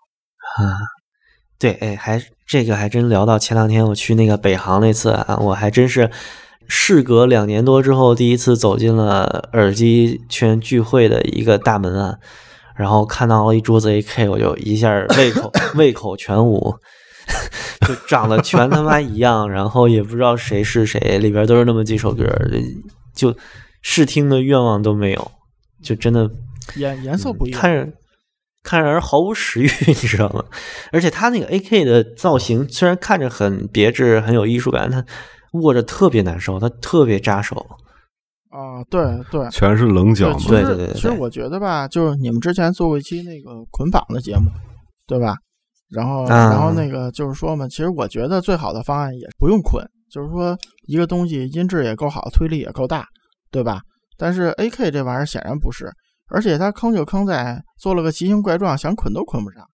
对，这个还真聊到前2天我去那个北航那次我还真是事隔2年多之后第一次走进了耳机圈聚会的一个大门然后看到了一桌子 AK， 我就一下胃口全无，就长得全他妈一样，然后也不知道谁是谁，里边都是那么几首歌，就试听的愿望都没有，就真的颜色不一样， 看着人毫无食欲，你知道吗？而且他那个 AK 的造型虽然看着很别致很有艺术感，它握着特别难受，它特别扎手对对， 全是棱角嘛。 对， 其实我觉得吧，就是你们之前做过一期那个捆绑的节目，对吧？然后那个就是说嘛，其实我觉得最好的方案也不用捆，就是说一个东西音质也够好，推力也够大，对吧？但是 AK 这玩意儿显然不是，而且它坑就坑在做了个奇形怪状，想捆都捆不上。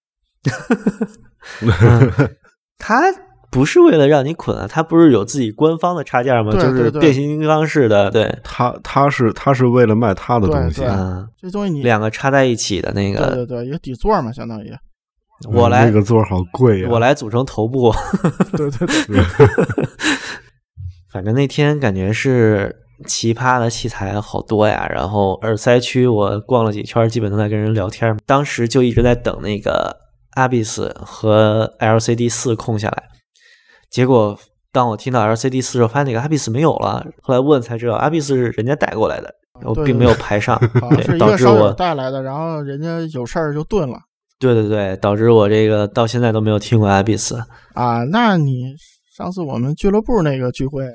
它不是为了让你捆它不是有自己官方的插件吗？ 对对对， 就是变形金刚式的，对。 它是为了卖它的东西这东西你两个插在一起的那个， 对，一个底座嘛，相当于。 那个座好贵我来组成头部。 对。 反正那天感觉是奇葩的器材好多呀，然后耳塞区我逛了几圈，基本都在跟人聊天，当时就一直在等那个 Abis 和 LCD4 空下来，结果当我听到 LCD4 时候发现那个 Abis 没有了，后来问才知道 Abis 是人家带过来的，我并没有排上， 是一个烧友带来的，然后人家有事儿就炖了。 对，导致我这个到现在都没有听过 Abis 那你上次我们俱乐部那个聚会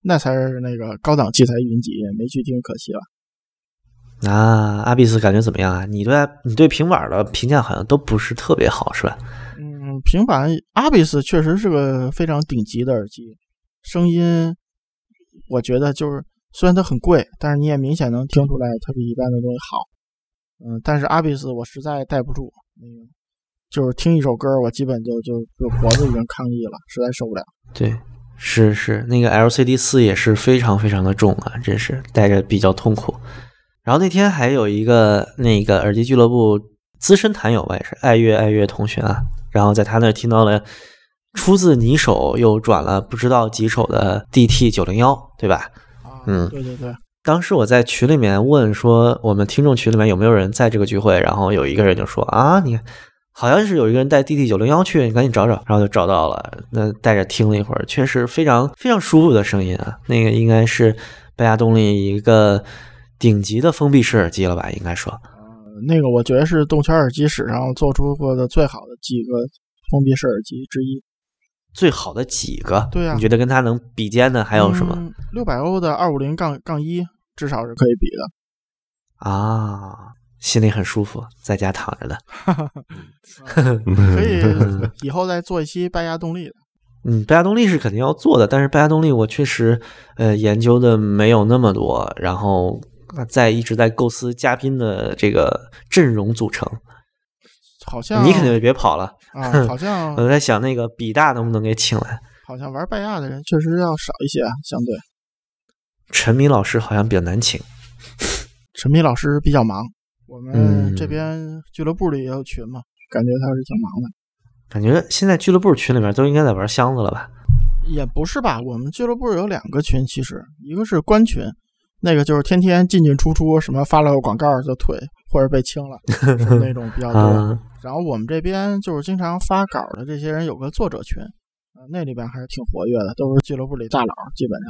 那才是那个高档器材云集，没去听可惜了。 阿比斯感觉怎么样啊？你对平板的评价好像都不是特别好，是吧？ 平板阿比斯确实是个非常顶级的耳机，声音我觉得就是虽然它很贵，但是你也明显能听出来它比一般的东西好。但是阿比斯我实在带不住，就是听一首歌我基本就脖子已经抗议了，实在受不了。 对，是那个 LCD4 也是非常非常的重啊，真是戴着比较痛苦。然后那天还有一个那个耳机俱乐部资深坛友吧，也是爱乐同学啊，然后在他那听到了出自你手又转了不知道几首的 DT901， 对吧？ 对对对。 当时我在群里面问说，我们听众群里面有没有人在这个聚会，然后有一个人就说啊，你好像是有一个人带 DT901 去，你赶紧找找，然后就找到了。那带着听了一会儿，确实非常非常舒服的声音啊。那个应该是拜亚动力一个顶级的封闭式耳机了吧，应该说。 那个我觉得是动圈耳机史上做出过的最好的几个封闭式耳机之一。 最好的几个？ 对啊。 你觉得跟它能比肩的还有什么 ？600欧的250-1至少是可以比的。 心里很舒服，在家躺着的。 可以以后再做一期拜亚动力的。 拜亚动力是肯定要做的，但是拜亚动力我确实研究的没有那么多，然后一直在构思嘉宾的这个阵容组成。 好像你肯定别跑了啊！好像我在想那个比大能不能给请来？ 好像玩拜亚的人确实要少一些啊，相对。 陈明老师好像比较难请。 陈明老师比较忙，我们这边俱乐部里也有群嘛，感觉他是挺忙的。 感觉现在俱乐部群里面都应该在玩箱子了吧？ 也不是吧，我们俱乐部有2个群，其实一个是官群，那个就是天天进进出出，什么发了个广告就退或者被清了，是那种比较多。然后我们这边就是经常发稿的这些人有个作者群，那里边还是挺活跃的，都是俱乐部里大佬，基本上。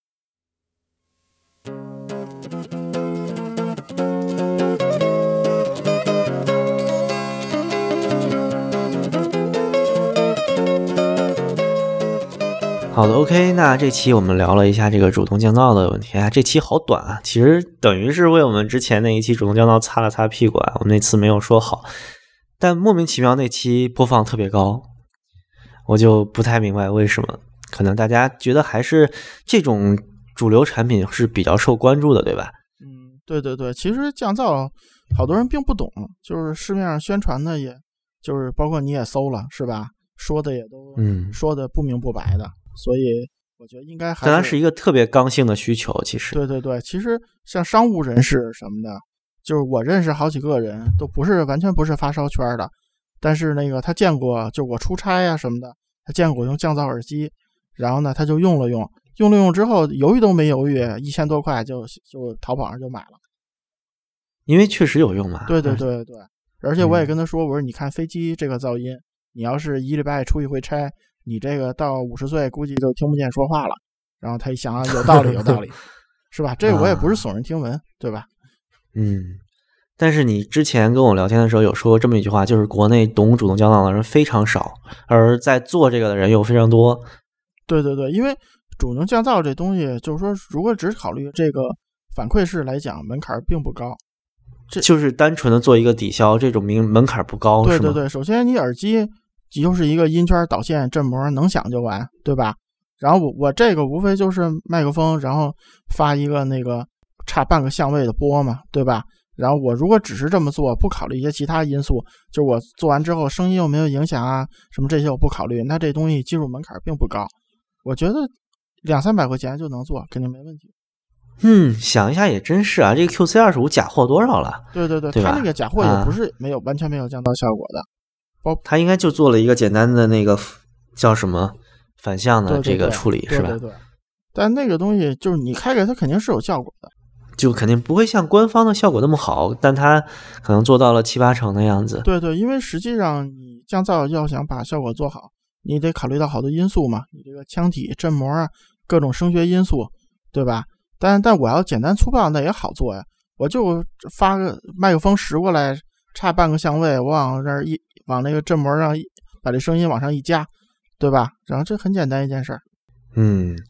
好的 ，OK， 那这期我们聊了一下这个主动降噪的问题啊，这期好短啊，其实等于是为我们之前那一期主动降噪擦了擦屁股啊，我们那次没有说好，但莫名其妙那期播放特别高，我就不太明白为什么，可能大家觉得还是这种主流产品是比较受关注的，对吧？ 对对对，其实降噪好多人并不懂，就是市面上宣传的，也就是包括你也搜了是吧，说的也都说的不明不白的。所以我觉得应该还是， 但它是一个特别刚性的需求，其实。 对对对，其实像商务人士什么的，就是我认识好几个人都完全不是发烧圈的，但是那个他见过，就我出差啊什么的，他见过用降噪耳机，然后呢他就用了用之后犹豫都没犹豫，1000多块就淘宝上就买了， 因为确实有用嘛。 对对对对，而且我也跟他说，我说你看飞机这个噪音，你要是1礼拜出一回差，你这个到50岁估计就听不见说话了。然后他一想啊，有道理有道理是吧，这我也不是耸人听闻对吧。 但是你之前跟我聊天的时候有说过这么一句话，就是国内懂主动降噪的人非常少，而在做这个的人又非常多。 对对对，因为主动降噪这东西就是说如果只考虑这个反馈式来讲，门槛并不高， 就是单纯的做一个抵消，这种门槛不高。 对对对，首先你耳机就是一个音圈导线振膜，能响就完对吧，然后我这个无非就是麦克风，然后发一个那个差半个相位的波嘛对吧，然后我如果只是这么做，不考虑一些其他因素，就我做完之后声音有没有影响啊什么这些我不考虑，那这东西技术门槛并不高，我觉得200-300块钱就能做肯定没问题。 想一下也真是啊，这个 QC25 假货多少了？ 对对对，它那个假货也不是完全没有降噪效果的， 它应该就做了一个简单的那个叫什么反向的这个处理， 对对对， 是吧？ 对对对，但那个东西就是你开给它肯定是有效果的， 就肯定不会像官方的效果那么好，但它可能做到了7-8成的样子。 对对，因为实际上你降噪要想把效果做好，你得考虑到好多因素嘛，你这个腔体振膜啊，各种声学因素对吧，但我要简单粗暴那也好做呀，我就发个麦克风拾过来，差半个相位，我往那个振膜上把这声音往上一加对吧，然后这很简单一件事儿。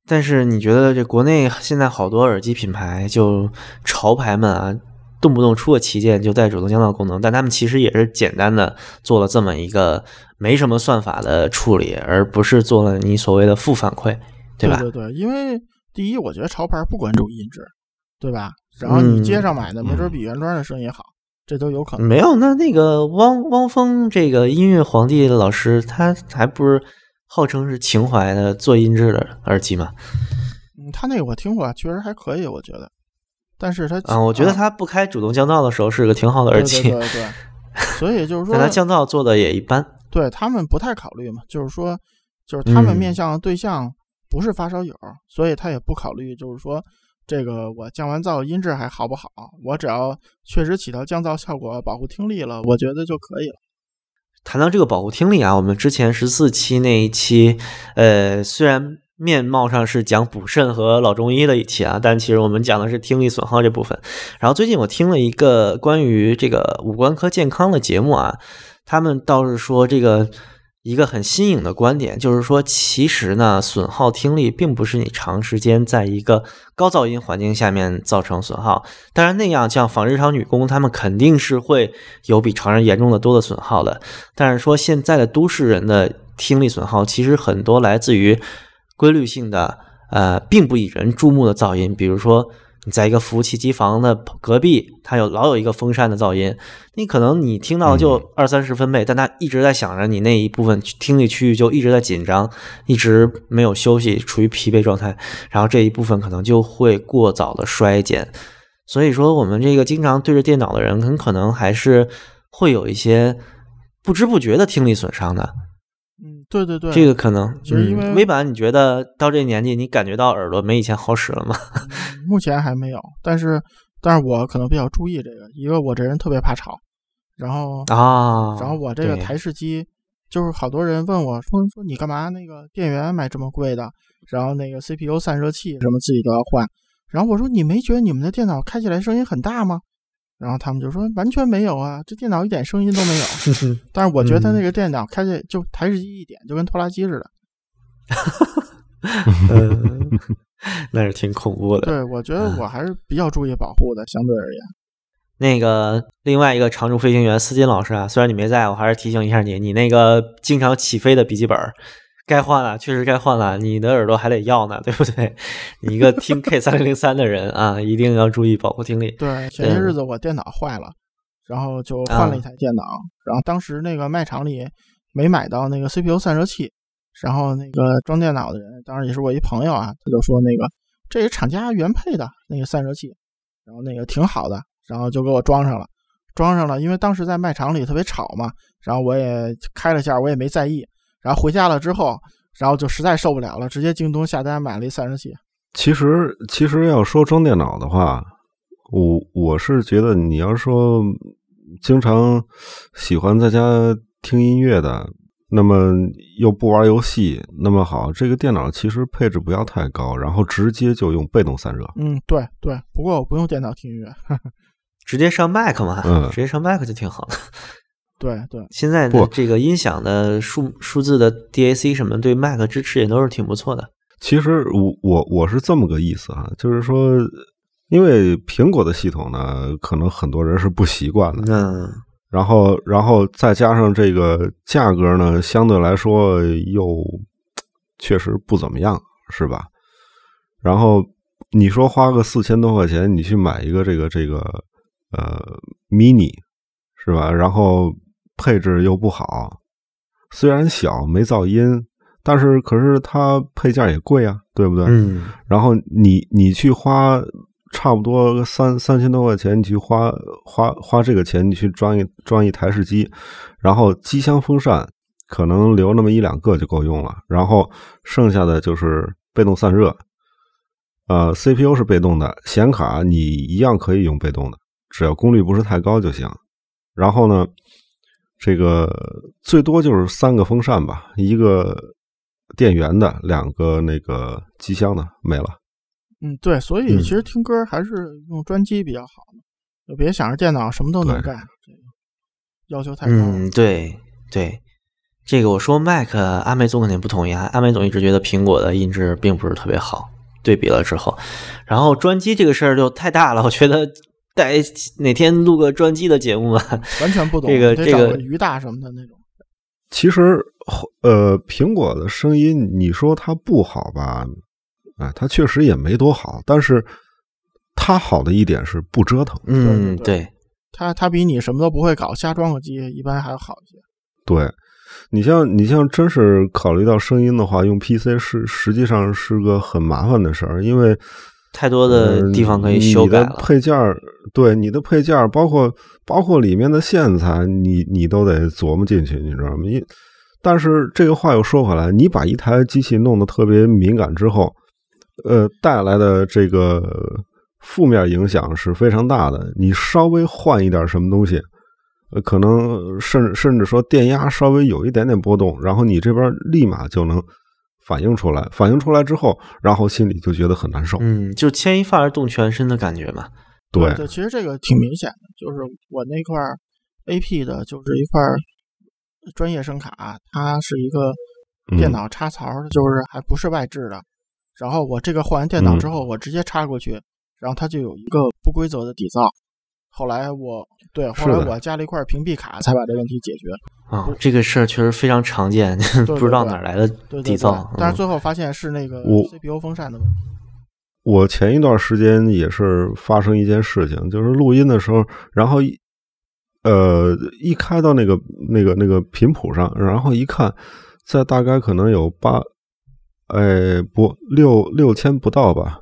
但是你觉得这国内现在好多耳机品牌就潮牌们啊，动不动出个旗舰就带主动降噪功能，但他们其实也是简单的做了这么一个没什么算法的处理，而不是做了你所谓的负反馈，对吧？ 对对对，因为第一，我觉得潮牌不关注音质，对吧？然后你街上买的没准比原装的声音好，这都有可能。 没有，那个汪峰这个音乐皇帝的老师，他还不是号称是情怀的做音质的耳机吗？ 他那个我听过，确实还可以，我觉得。但是他我觉得他不开主动降噪的时候是个挺好的耳机。 对对对对。所以就是说， 但他降噪做的也一般。 对，他们不太考虑嘛，就是说，就是他们面向的对象不是发烧友，所以他也不考虑，就是说这个我降完噪音质还好不好，我只要确实起到降噪效果，保护听力了，我觉得就可以了。 谈到这个保护听力啊，我们之前14期那一期，虽然面貌上是讲补肾和老中医的一期啊，但其实我们讲的是听力损耗这部分。然后最近我听了一个关于这个五官科健康的节目啊，他们倒是说这个一个很新颖的观点，就是说其实呢，损耗听力并不是你长时间在一个高噪音环境下面造成损耗，当然那样像纺织厂女工他们肯定是会有比常人严重的多的损耗的，但是说现在的都市人的听力损耗其实很多来自于规律性的并不引人注目的噪音，比如说你在一个服务器机房的隔壁，它老有一个风扇的噪音，你可能你听到就20-30分贝，但它一直在想着你那一部分听力区域就一直在紧张，一直没有休息，处于疲惫状态，然后这一部分可能就会过早的衰减。所以说我们这个经常对着电脑的人很可能还是会有一些不知不觉的听力损伤的。 对对对， 这个可能就是因为微版，你觉得到这年纪你感觉到耳朵没以前好使了吗？ 目前还没有，但是我可能比较注意这个，一个我这人特别怕吵，然后我这个台式机，就是好多人问我说你干嘛那个电源买这么贵的，然后那个 CPU 散热器什么自己都要换，然后我说你没觉得你们的电脑开起来声音很大吗？然后他们就说完全没有啊，这电脑一点声音都没有。但是我觉得那个电脑开起就台式机一点就跟拖拉机似的。 那是挺恐怖的。 对，我觉得我还是比较注意保护的，相对而言。 那个另外一个常驻飞行员思金老师啊，虽然你没在，我还是提醒一下你那个经常起飞的笔记本该换了，确实该换了，你的耳朵还得要呢，对不对？你一个听 K3003 的人啊，一定要注意保护听力。 对，前些日子我电脑坏了，然后就换了一台电脑，然后当时那个卖场里没买到那个 CPU 散热器，然后那个装电脑的人，当然也是我一朋友啊，他就说那个这是厂家原配的那个散热器，然后那个挺好的，然后就给我装上了，因为当时在卖场里特别吵嘛，然后我也开了下，我也没在意。然后回家了之后，然后就实在受不了了，直接京东下单买了一散热器。 其实要说装电脑的话，我是觉得你要说经常喜欢在家听音乐的，那么又不玩游戏，那么好，这个电脑其实配置不要太高，然后直接就用被动散热。 对对，不过我不用电脑听音乐， 直接上 Mac 嘛，直接上 Mac 就挺好的。 对对， 现在的这个音响的数字的 DAC 什么对 Mac 支持也都是挺不错的。 其实我是这么个意思啊，就是说，因为苹果的系统呢，可能很多人是不习惯的，然后再加上这个价格呢，相对来说又确实不怎么样，是吧？然后你说花个4000多块钱，你去买一个这个mini， 是吧？然后配置又不好，虽然小没噪音，但是可是它配件也贵啊，对不对？然后你去花差不多3000多块钱，你去花这个钱，你去装一台式机，然后机箱风扇可能留那么1-2个就够用了，然后剩下的就是被动散热。CPU 是被动的，显卡你一样可以用被动的，只要功率不是太高就行。然后呢，这个最多就是3个风扇吧，一个电源的，2个那个机箱的，没了。 对，所以其实听歌还是用专辑比较好，就别想着电脑什么都能干，这个要求太高。 对对， 这个我说 Mac， 阿梅总肯定不同意啊。阿梅总一直觉得苹果的音质并不是特别好，对比了之后，然后专机这个事儿就太大了，我觉得哪天录个专机的节目吧， 完全不懂。 这个鱼大什么的那种。 其实，苹果的声音，你说它不好吧？它确实也没多好，但是它好的一点是不折腾。 对， 它比你什么都不会搞，瞎装个机一般还要好一些。 对，你像真是考虑到声音的话，用 PC 实际上是个很麻烦的事儿，因为太多的地方可以修改了。 你的配件，对你的配件，包括里面的线材，你都得琢磨进去，你知道吗？但是这个话又说回来，你把一台机器弄得特别敏感之后，带来的这个负面影响是非常大的。你稍微换一点什么东西，可能甚至说电压稍微有一点点波动，然后你这边立马就能反应出来之后，然后心里就觉得很难受。 就牵一发而动全身的感觉嘛。 对，其实这个挺明显的，就是我那块 AP 的就是一块专业声卡，它是一个电脑插槽，就是还不是外置的。然后我这个换完电脑之后，我直接插过去，然后它就有一个不规则的底噪。后来我加了一块屏蔽卡，才把这问题解决。 这个事儿确实非常常见，不知道哪来的底噪。 但是最后发现是那个 CPU 风扇的问题。 我前一段时间也是发生一件事情，就是录音的时候，然后一开到那个频谱上，然后一看，在大概可能有6000不到吧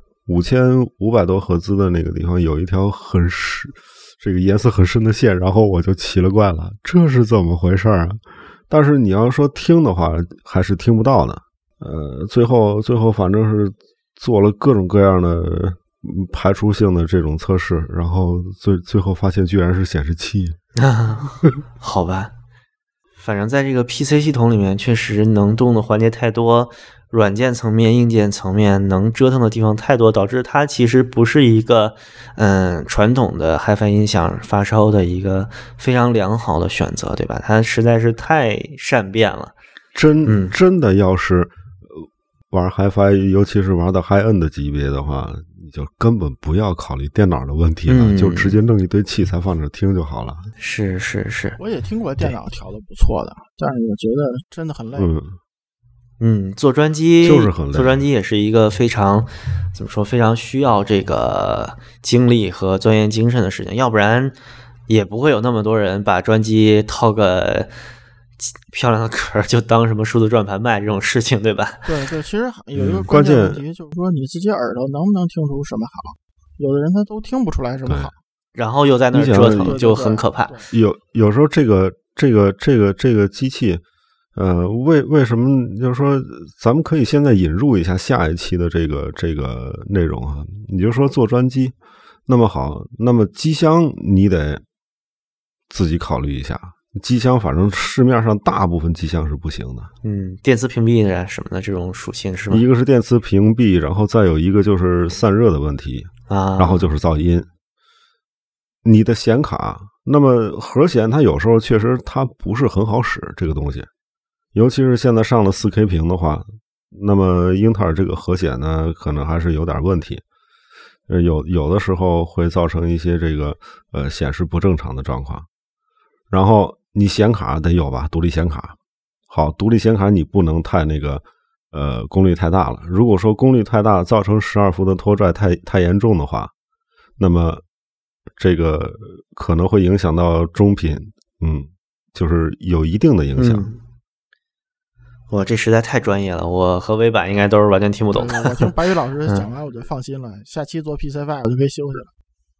，5500多赫兹的那个地方有一条很深，这个颜色很深的线，然后我就奇了怪了，这是怎么回事啊？但是你要说听的话，还是听不到的。最后反正是做了各种各样的排除性的这种测试，然后最后发现居然是显示器。 好吧，反正在这个 PC 系统里面确实能动的环节太多，软件层面硬件层面能折腾的地方太多，导致它其实不是一个传统的 HiFi 音响发烧的一个非常良好的选择，对吧？它实在是太善变了。 真的要是玩 HiFi， 尤其是玩到 High End 的级别的话，你就根本不要考虑电脑的问题了，就直接弄一堆器材放着听就好了。 是， 我也听过电脑调的不错的，但是我觉得真的很累。 做专机就是很累， 做专机也是一个非常怎么说，非常需要这个精力和钻研精神的事情，要不然也不会有那么多人把专机套个漂亮的壳就当什么数字转盘卖这种事情，对吧？ 对，其实有一个关键问题，就是说你自己耳朵能不能听出什么好？有的人他都听不出来什么好， 然后又在那儿折腾，就很可怕。 有时候这个机器，为什么就是说咱们可以现在引入一下下一期的这个内容啊？你就说做专机，那么好，那么机箱你得自己考虑一下。机箱反正市面上大部分机箱是不行的。 电磁屏蔽啊什么的这种属性是吗？ 一个是电磁屏蔽，然后再有一个就是散热的问题啊， 然后就是噪音。你的显卡，那么核显它有时候确实它不是很好使这个东西，尤其是现在上了 4K 屏的话，那么英特尔这个核显呢可能还是有点问题，有的时候会造成一些这个显示不正常的状况。然后你显卡得有吧，独立显卡。好，独立显卡你不能太那个功率太大了。如果说功率太大造成12伏的拖拽太严重的话，那么这个可能会影响到中频，就是有一定的影响。 哇，这实在太专业了，我和微版应该都是完全听不懂的。 我听白宇老师讲完我就放心了，下期做 PC5 我就可以休息了。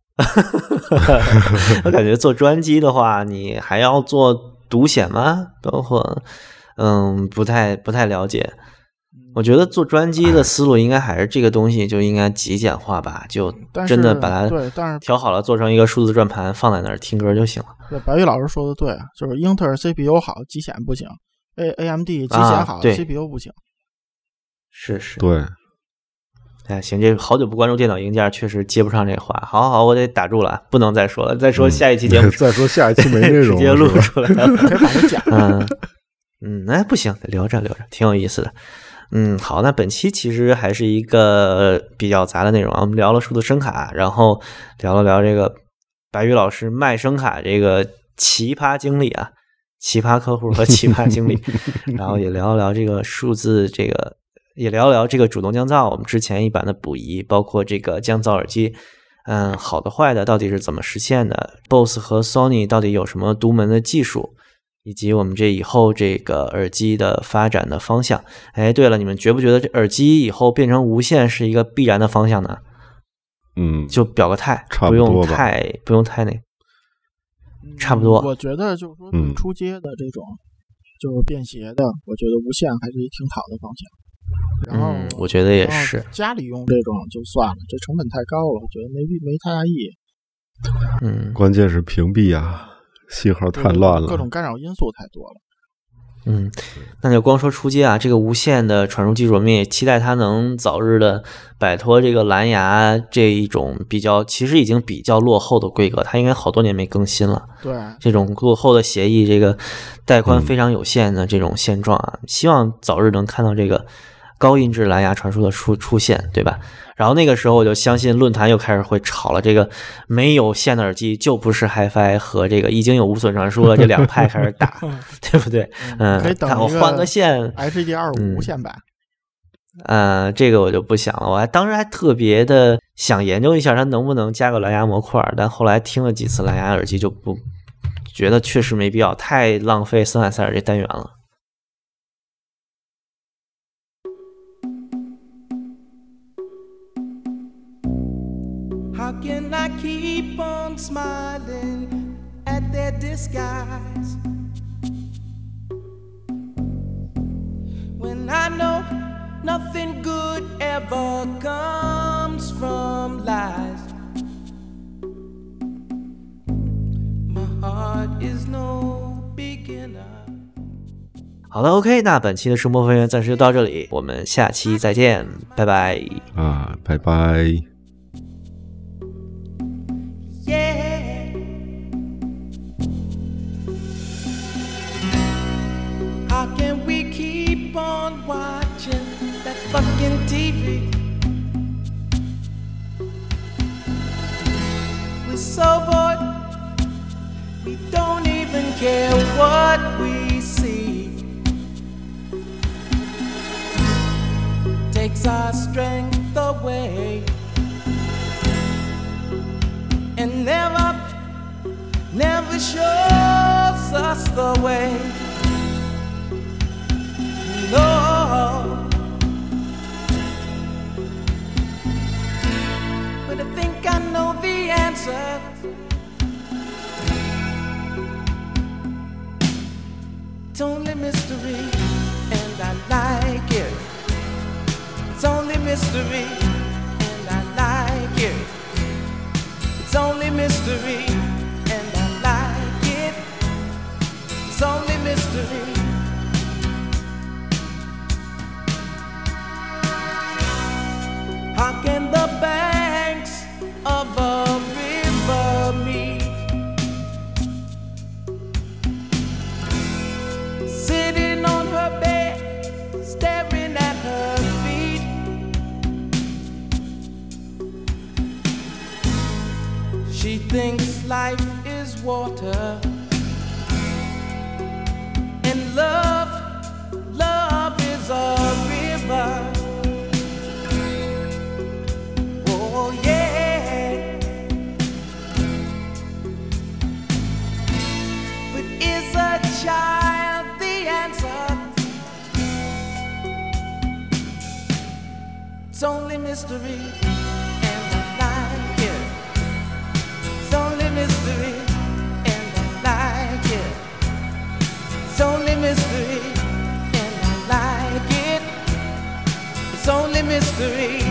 我感觉做专机的话，你还要做独显吗？包括不太了解。我觉得做专机的思路应该还是这个东西就应该极简化吧，就真的把它调好了，做成一个数字转盘放在那儿听歌就行了。 对，白宇老师说的对，就是英特尔 CPU 好，极显不行；AMD 极显好，CPU 不行。 是， 对。 行，这好久不关注电脑硬件，确实接不上这话。好，我得打住了，不能再说了。再说下一期节目， 再说下一期没内容， 直接录出来了， 可以把它讲。 不行，聊着，挺有意思的。好，那本期其实还是一个比较杂的内容啊，我们聊了数字声卡，然后聊了聊这个白宇老师卖声卡这个奇葩经历啊，奇葩客户和奇葩经历，然后也聊了聊这个数字这个，也聊了聊这个主动降噪，我们之前一版的补遗，包括这个降噪耳机，好的坏的到底是怎么实现的 ，BOSS 和 Sony 到底有什么独门的技术，以及我们这以后这个耳机的发展的方向。对了，你们觉不觉得这耳机以后变成无线是一个必然的方向呢？就表个态，不用太那，差不多。 我觉得就是说出街的这种就是便携的，我觉得无线还是一挺好的方向。然后我觉得也是， 家里用这种就算了，这成本太高了，我觉得没太大意义。 关键是屏蔽啊，信号太乱了， 各种干扰因素太多了。 那就光说出街啊，这个无线的传输技术，我们也期待它能早日的摆脱这个蓝牙这一种其实已经比较落后的规格，它应该好多年没更新了。 对， 这种落后的协议，这个带宽非常有限的这种现状啊，希望早日能看到这个高音质蓝牙传输的出现，对吧？然后那个时候我就相信论坛又开始会吵了，这个没有线的耳机就不是 HiFi 和这个已经有无损传输了，这两派开始打，对不对？看我换个线 HD25 无线版。 这个我就不想了，我当时还特别的想研究一下它能不能加个蓝牙模块，但后来听了几次蓝牙耳机就不觉得确实没必要，太浪费森海塞尔这单元了。 How can I keep on smiling at their disguise when I know nothing good ever comes from lies? My heart is no beginner. 好了 ，OK， 那本期的声波分园暂时就到这里，我们下期再见，拜拜。 拜拜。 How can we keep on watching that fucking TV? We're so bored, we don't even care what we see. Takes our strength away and never shows us the way. No, but I think I know the answer. It's only mystery, and I like it. It's only mystery, and I like it. It's only mystery, and I like it. It's only mystery. How can the banks of a river meet? Sitting on her bed, staring at her feet. She thinks life is water, and love is a river. Oh yeah, but is a child the answer? It's only mystery, and I like it. It's only mystery, and I like it. It's only mystery, and I like it. It's only mystery.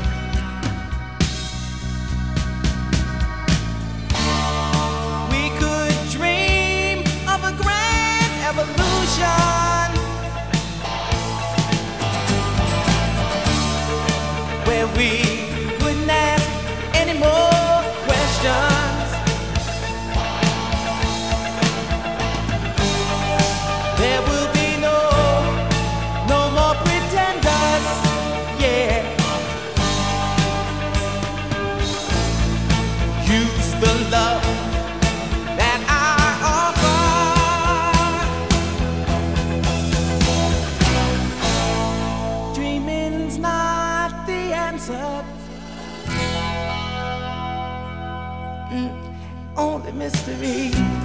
Where we wouldn't ask any more questions. There will be no mystery.